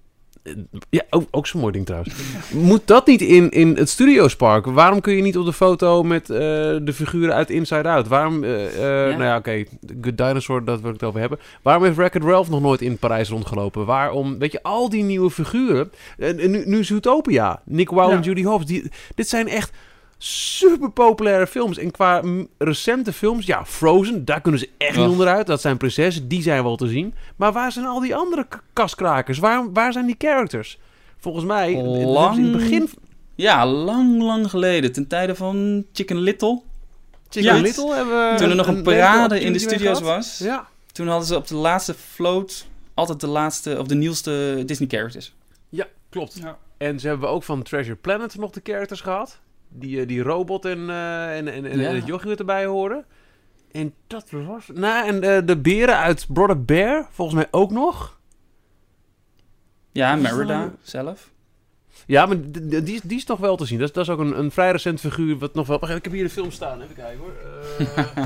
Ja, ook, ook zo'n mooi ding trouwens. Moet dat niet in, in het Studiospark? Waarom kun je niet op de foto met uh, de figuren uit Inside Out? Waarom, uh, uh, Ja. nou ja, oké, okay, Good Dinosaur, dat wil ik het over hebben. Waarom heeft Wreck-It Ralph nog nooit in Parijs rondgelopen? Waarom, weet je, al die nieuwe figuren. En, en nu, nu Zootopia, Nick Wilde Ja. en Judy Hopps. Die, dit zijn echt super populaire films. En qua m, recente films, ja, Frozen, daar kunnen ze echt Ja. niet onderuit. Dat zijn prinsessen, die zijn wel te zien. Maar waar zijn al die andere k- kaskrakers? Waar, waar zijn die characters? Volgens mij, het- het- Lang- in het begin... Ja, lang, lang geleden. Ten tijde van Chicken Little. Chicken Ja. Little hebben we Toen er nog een een parade leuke in de opportunity mee studio's gehad. was. Ja. Toen hadden ze op de laatste float altijd de laatste, of de nieuwste Disney characters. Ja, klopt. Ja. En ze hebben ook van Treasure Planet nog de characters gehad. Die, eh, die robot en, uh, en, en, en, Ja. en het jochie erbij horen. En dat was... Nou, en uh, de beren uit Brother Bear, volgens mij ook nog. Ja, Was dat Merida een- zelf. Ja, maar d- d- die, is- die is toch wel te zien. Dat is, dat is ook een, een vrij recent figuur. Wat nog wel... Wacht, ik heb hier de film staan. Even kijken hoor. Uh...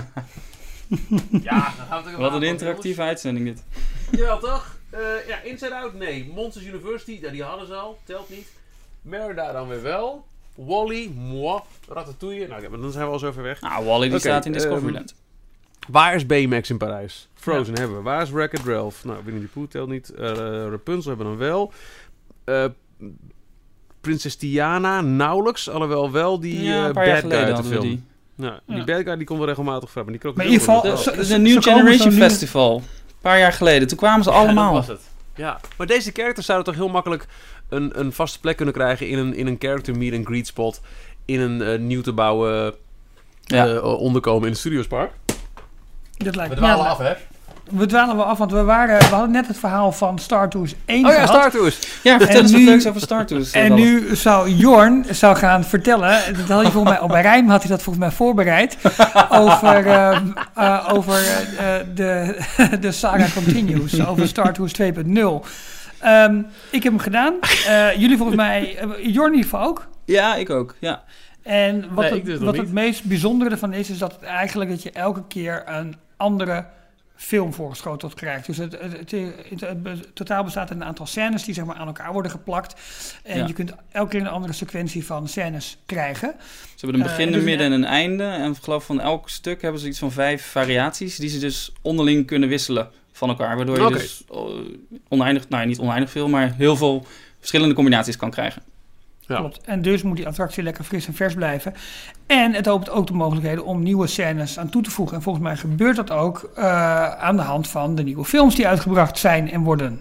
ja, dan gaan we het Wat een interactieve uitzending dit. Jawel, toch? Uh, ja, Inside Out, nee. Monsters University, ja, die hadden ze al. Telt niet. Merida dan weer wel. Wall-E, moi, Ratatouille. Nou, ja, maar dan zijn we al zo ver weg. Nou, Wally die Oké, staat in Discoveryland. Um, waar is Baymax in Parijs? Frozen hebben we. Waar is Wreck-It Ralph? Nou, Winnie the Pooh telt niet. Uh, Rapunzel hebben we dan wel. Uh, Prinses Tiana nauwelijks. Alhoewel wel die ja, uh, een paar jaar bad guy geleden uit de hadden we film. die. Nou, die Ja. bad guy die komt wel regelmatig voor. Maar die kan ook Maar in heel ieder geval- goed- Zo- De, zo- de New zo komen Generation ze nu- Festival. Een paar jaar geleden. Toen kwamen ze Ja, allemaal. dat was het. Ja, maar deze characters zouden toch heel makkelijk een, een vaste plek kunnen krijgen in een, in een character meet and greet spot. In een uh, nieuw te bouwen Ja. uh, onderkomen in het Studiospark. Dat lijkt We me... dwalen Ja, af, hè? we dwalen wel af, want we, waren, we hadden net het verhaal van Star Tours één Oh ja, gehad. Star Tours. Ja, vertel En eens wat nu- leuks over Star Tours. En Wallen. nu zou Jorn zou gaan vertellen, dat had hij volgens mij op bij rijm had hij dat volgens mij voorbereid, over, uh, uh, over uh, de, de saga continues, over Star Tours twee punt nul. Um, ik heb hem gedaan. Uh, jullie volgens mij, uh, Jorn in ieder geval ook. Ja, ik ook. Ja. En wat, Nee, het, ik dus nog wat niet. het meest bijzondere ervan is, is dat het eigenlijk dat je elke keer een andere film voorgeschoteld krijgt. Dus het, het, het, het, het be- totaal bestaat uit een aantal scènes die zeg maar aan elkaar worden geplakt. En Ja. je kunt elke keer een andere sequentie van scènes krijgen. Ze hebben een Eh, begin, dus een midden een- en een einde. En ik geloof van elk stuk hebben ze iets van vijf variaties die ze dus onderling kunnen wisselen van elkaar. Waardoor je Oké. dus oh, oneindig, nou ja, niet oneindig veel, maar heel veel verschillende combinaties kan krijgen. Ja. Klopt. En dus moet die attractie lekker fris en vers blijven. En het opent ook de mogelijkheden om nieuwe scènes aan toe te voegen. En volgens mij gebeurt dat ook uh, aan de hand van de nieuwe films die uitgebracht zijn en worden.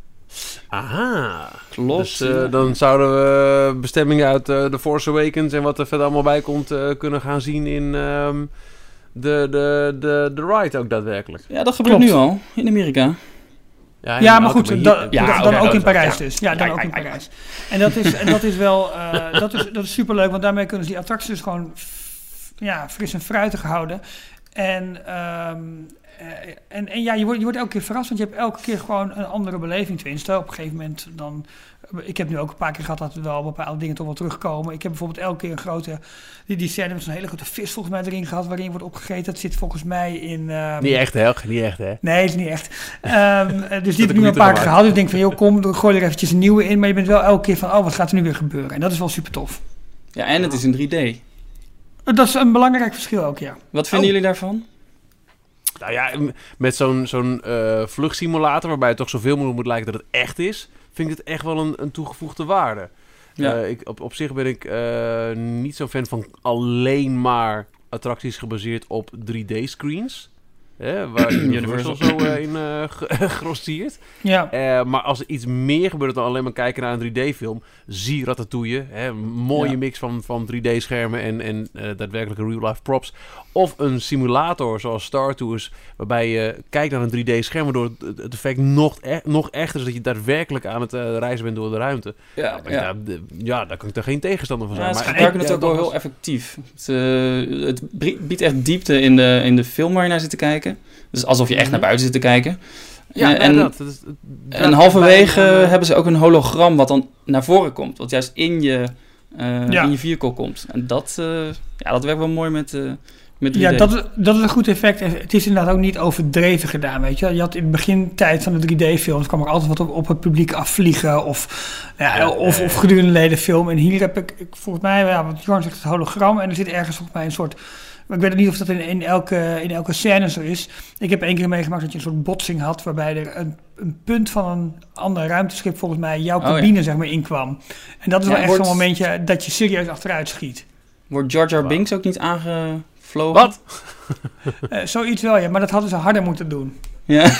Aha. Klopt. Dus uh, dan zouden we bestemmingen uit uh, The Force Awakens en wat er verder allemaal bij komt uh, kunnen gaan zien in um, de, de, de, de ride ook daadwerkelijk. Ja, dat gebeurt Klopt. nu al in Amerika. Ja, ja maar goed, maar hier, da, ja, da, dan okay, ook in dat, Parijs ja. dus. Ja, dan Ja, ook ja, in ja, Parijs. En dat is, en dat is wel, uh, dat is, dat is superleuk, want daarmee kunnen ze die attracties dus gewoon f- ja, fris en fruitig houden. En, um, uh, en, en ja, je wordt, je wordt elke keer verrast, want je hebt elke keer gewoon een andere beleving. Tenminste, op een gegeven moment dan... Ik heb nu ook een paar keer gehad dat er wel bepaalde dingen toch wel terugkomen. Ik heb bijvoorbeeld elke keer een grote... Die, die scène met zo'n hele grote vis volgens mij erin gehad... waarin wordt opgegeten. Dat zit volgens mij in... Um, niet echt, hè? Niet echt, hè? Nee, is niet echt. Um, dus die heb ik nu een paar keer gehad. Dus ik denk van, joh, kom, gooi er eventjes een nieuwe in. Maar je bent wel elke keer van, oh, wat gaat er nu weer gebeuren? En dat is wel super tof. Ja, en het is in drie D. Dat is een belangrijk verschil ook, ja. Wat vinden Oh. jullie daarvan? Nou ja, met zo'n, zo'n uh, vluchtsimulator... waarbij het toch zoveel mogelijk moet lijken dat het echt is... vind ik het echt wel een, een toegevoegde waarde. Ja. Uh, ik, op, op zich ben ik uh, niet zo'n fan van alleen maar attracties gebaseerd op drie D-screens. Hè, waar Universal zo uh, in uh, grossiert. Ja. Uh, maar als er iets meer gebeurt dan alleen maar kijken naar een drie D-film... zie Ratatouille, hè, een mooie Ja. mix van, van drie D-schermen en, en uh, daadwerkelijke real-life props. Of een simulator zoals Star Tours... waarbij je kijkt naar een drie D-scherm... waardoor het, het effect nog, e- nog echter is... dat je daadwerkelijk aan het uh, reizen bent door de ruimte. Ja, Ja, ja. daar, de, ja, daar kan ik er geen tegenstander van Ja, zijn. ze maar gebruiken ik- het ook ja, wel dat heel was- effectief. Het, uh, het biedt echt diepte in de, in de film waar je naar zit te kijken. Dus alsof je echt Mhm. naar buiten zit te kijken. ja, Uh, en, en, dat, dat is, dat- en halverwege bij, uh, hebben ze ook een hologram wat dan naar voren komt. Wat juist in je, uh, Ja. in je vehicle komt. En dat, uh, ja, dat werkt wel mooi met, uh, met drie D. Ja, dat is, dat is een goed effect. En het is inderdaad ook niet overdreven gedaan, weet je. Je had in het begintijd van de drie D-films... kwam er altijd wat op, op het publiek afvliegen... of, ja, Ja, of, ja, ja. of gedurende de film. En hier heb ik, ik volgens mij... Ja, wat Jorn zegt, het hologram. En er zit ergens volgens mij een soort... Maar ik weet niet of dat in, in, elke, in elke scène zo is. Ik heb één keer meegemaakt dat je een soort botsing had... waarbij er een, een punt van een ander ruimteschip... volgens mij jouw Oh, ja. cabine zeg maar inkwam. En dat is Ja, wel echt wordt- zo'n momentje... dat je serieus achteruit schiet. Wordt Jar Jar Wow. Binks ook niet aangevlogen? Wat? Uh, zoiets wel, ja. Maar dat hadden ze harder moeten doen. Ja.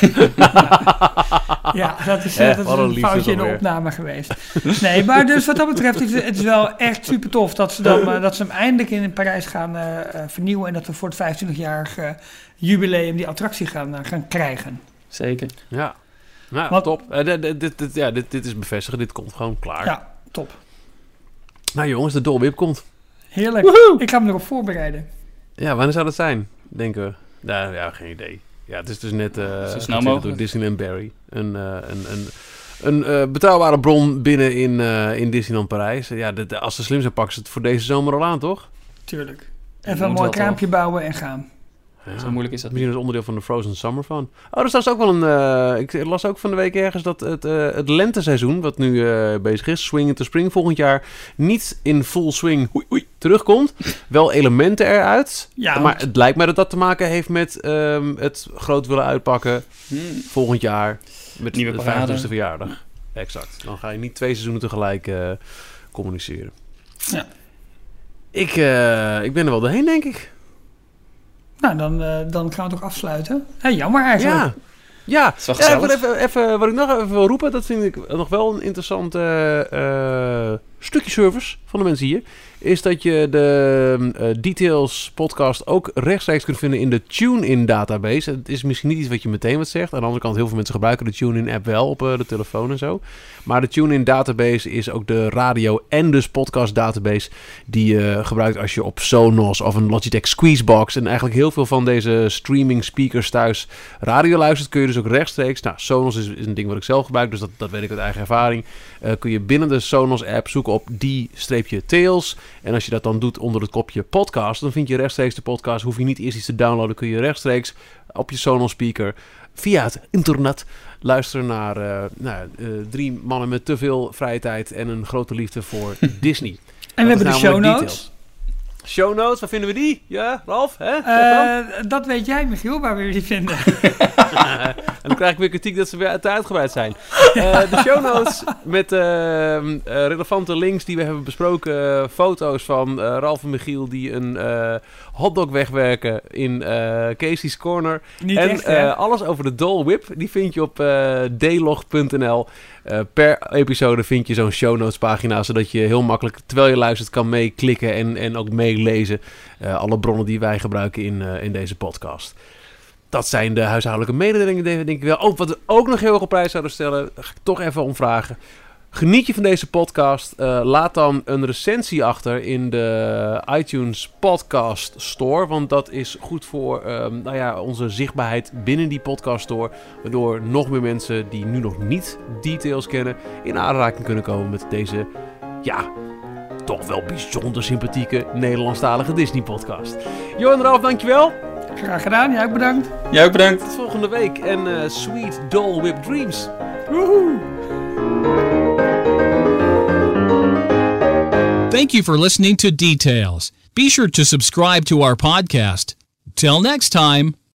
Ja, dat is, Eh, eh, dat is wat een een liefde foutje in de alweer. opname geweest. Nee, maar dus wat dat betreft is het, het is wel echt super tof dat ze, dan, uh, dat ze hem eindelijk in Parijs gaan uh, uh, vernieuwen... en dat we voor het vijfentwintigjarig uh, jubileum die attractie gaan, uh, gaan krijgen. Zeker. Ja, nou, Wat- top. Uh, dit, dit, dit, dit, ja, dit, dit is bevestigd. Dit komt gewoon klaar. Ja, top. Nou jongens, de Dolby komt. Heerlijk. Woehoe! Ik ga me erop voorbereiden. Ja, wanneer zou dat zijn, denken we? Nou, ja, geen idee. Ja, het is dus net uh, snel getwitterd mogelijk. door Disneyland Barry. Een, uh, een, een, een uh, betrouwbare bron binnen in, uh, in Disneyland Parijs. Ja, dit, als ze slim zijn, pakken ze het voor deze zomer al aan, toch? Tuurlijk. Dat Even een moet mooi wel, kraampje bouwen en gaan. Ja. Zo moeilijk is dat niet. Misschien als onderdeel van de Frozen Summer Fun. Oh, er staat ook wel een... Uh, ik las ook van de week ergens dat het, uh, het lenteseizoen, wat nu uh, bezig is, Swing into Spring volgend jaar, niet in full swing oei, oei, terugkomt. Wel elementen eruit. Ja, maar want- het lijkt mij dat dat te maken heeft met um, het groot willen uitpakken Hmm. volgend jaar. Met Nieuwe de parade. vijftigste verjaardag. Exact. Dan ga je niet twee seizoenen tegelijk uh, communiceren. Ja. Ik, uh, ik ben er wel doorheen, denk ik. Nou, dan, uh, dan gaan we toch afsluiten. Hey, jammer eigenlijk. Ja. Ja, is wel ja ik wil gezellig. even, even, wat ik nog even wil roepen, dat vind ik nog wel een interessant uh, uh, stukje service van de mensen hier, is dat je de uh, Details podcast ook rechtstreeks kunt vinden in de TuneIn database. Het is misschien niet iets wat je meteen wat zegt. Aan de andere kant, heel veel mensen gebruiken de TuneIn app wel op uh, de telefoon en zo. Maar de TuneIn database is ook de radio en dus podcast database die je gebruikt als je op Sonos of een Logitech Squeezebox en eigenlijk heel veel van deze streaming speakers thuis radio luistert, kun je dus ook rechtstreeks. Nou, Sonos is, is een ding wat ik zelf gebruik, dus dat, dat weet ik uit eigen ervaring. Uh, kun je binnen de Sonos app zoeken op die streepje Tails. En als je dat dan doet onder het kopje podcast, dan vind je rechtstreeks de podcast. Hoef je niet eerst iets te downloaden, kun je rechtstreeks op je Sonos speaker via het internet luisteren naar uh, nou, uh, drie mannen met te veel vrije tijd en een grote liefde voor Disney. En we hebben de show namelijk notes. Show notes, waar vinden we die? Ja, Ralf? Hè? Uh, dat weet jij, Michiel, waar we die vinden. En dan krijg ik weer kritiek dat ze weer te uitgebreid zijn. Uh, de show notes met uh, uh, relevante links die we hebben besproken. Uh, foto's van uh, Ralf en Michiel die een uh, hotdog wegwerken in uh, Casey's Corner. Niet en echt, uh, alles over de Dole Whip, die vind je op uh, d-log punt n l. Uh, per episode vind je zo'n show notes pagina, zodat je heel makkelijk, terwijl je luistert, kan meeklikken en, en ook meelezen. Uh, alle bronnen die wij gebruiken in, uh, in deze podcast. Dat zijn de huishoudelijke mededelingen, denk ik wel. Oh, wat we ook nog heel erg op prijs zouden stellen, ga ik toch even om vragen. Geniet je van deze podcast? Uh, laat dan een recensie achter in de iTunes Podcast Store. Want dat is goed voor um, nou ja, onze zichtbaarheid binnen die podcast store. Waardoor nog meer mensen die nu nog niet details kennen in aanraking kunnen komen met deze, ja, toch wel bijzonder sympathieke Nederlandstalige Disney podcast. Johan en Ralf, dankjewel. Graag gedaan, jij ook bedankt. Jij ook bedankt. Tot volgende week en uh, sweet Dole Whip Dreams. Woehoe. Thank you for listening to Details. Be sure to subscribe to our podcast. Till next time.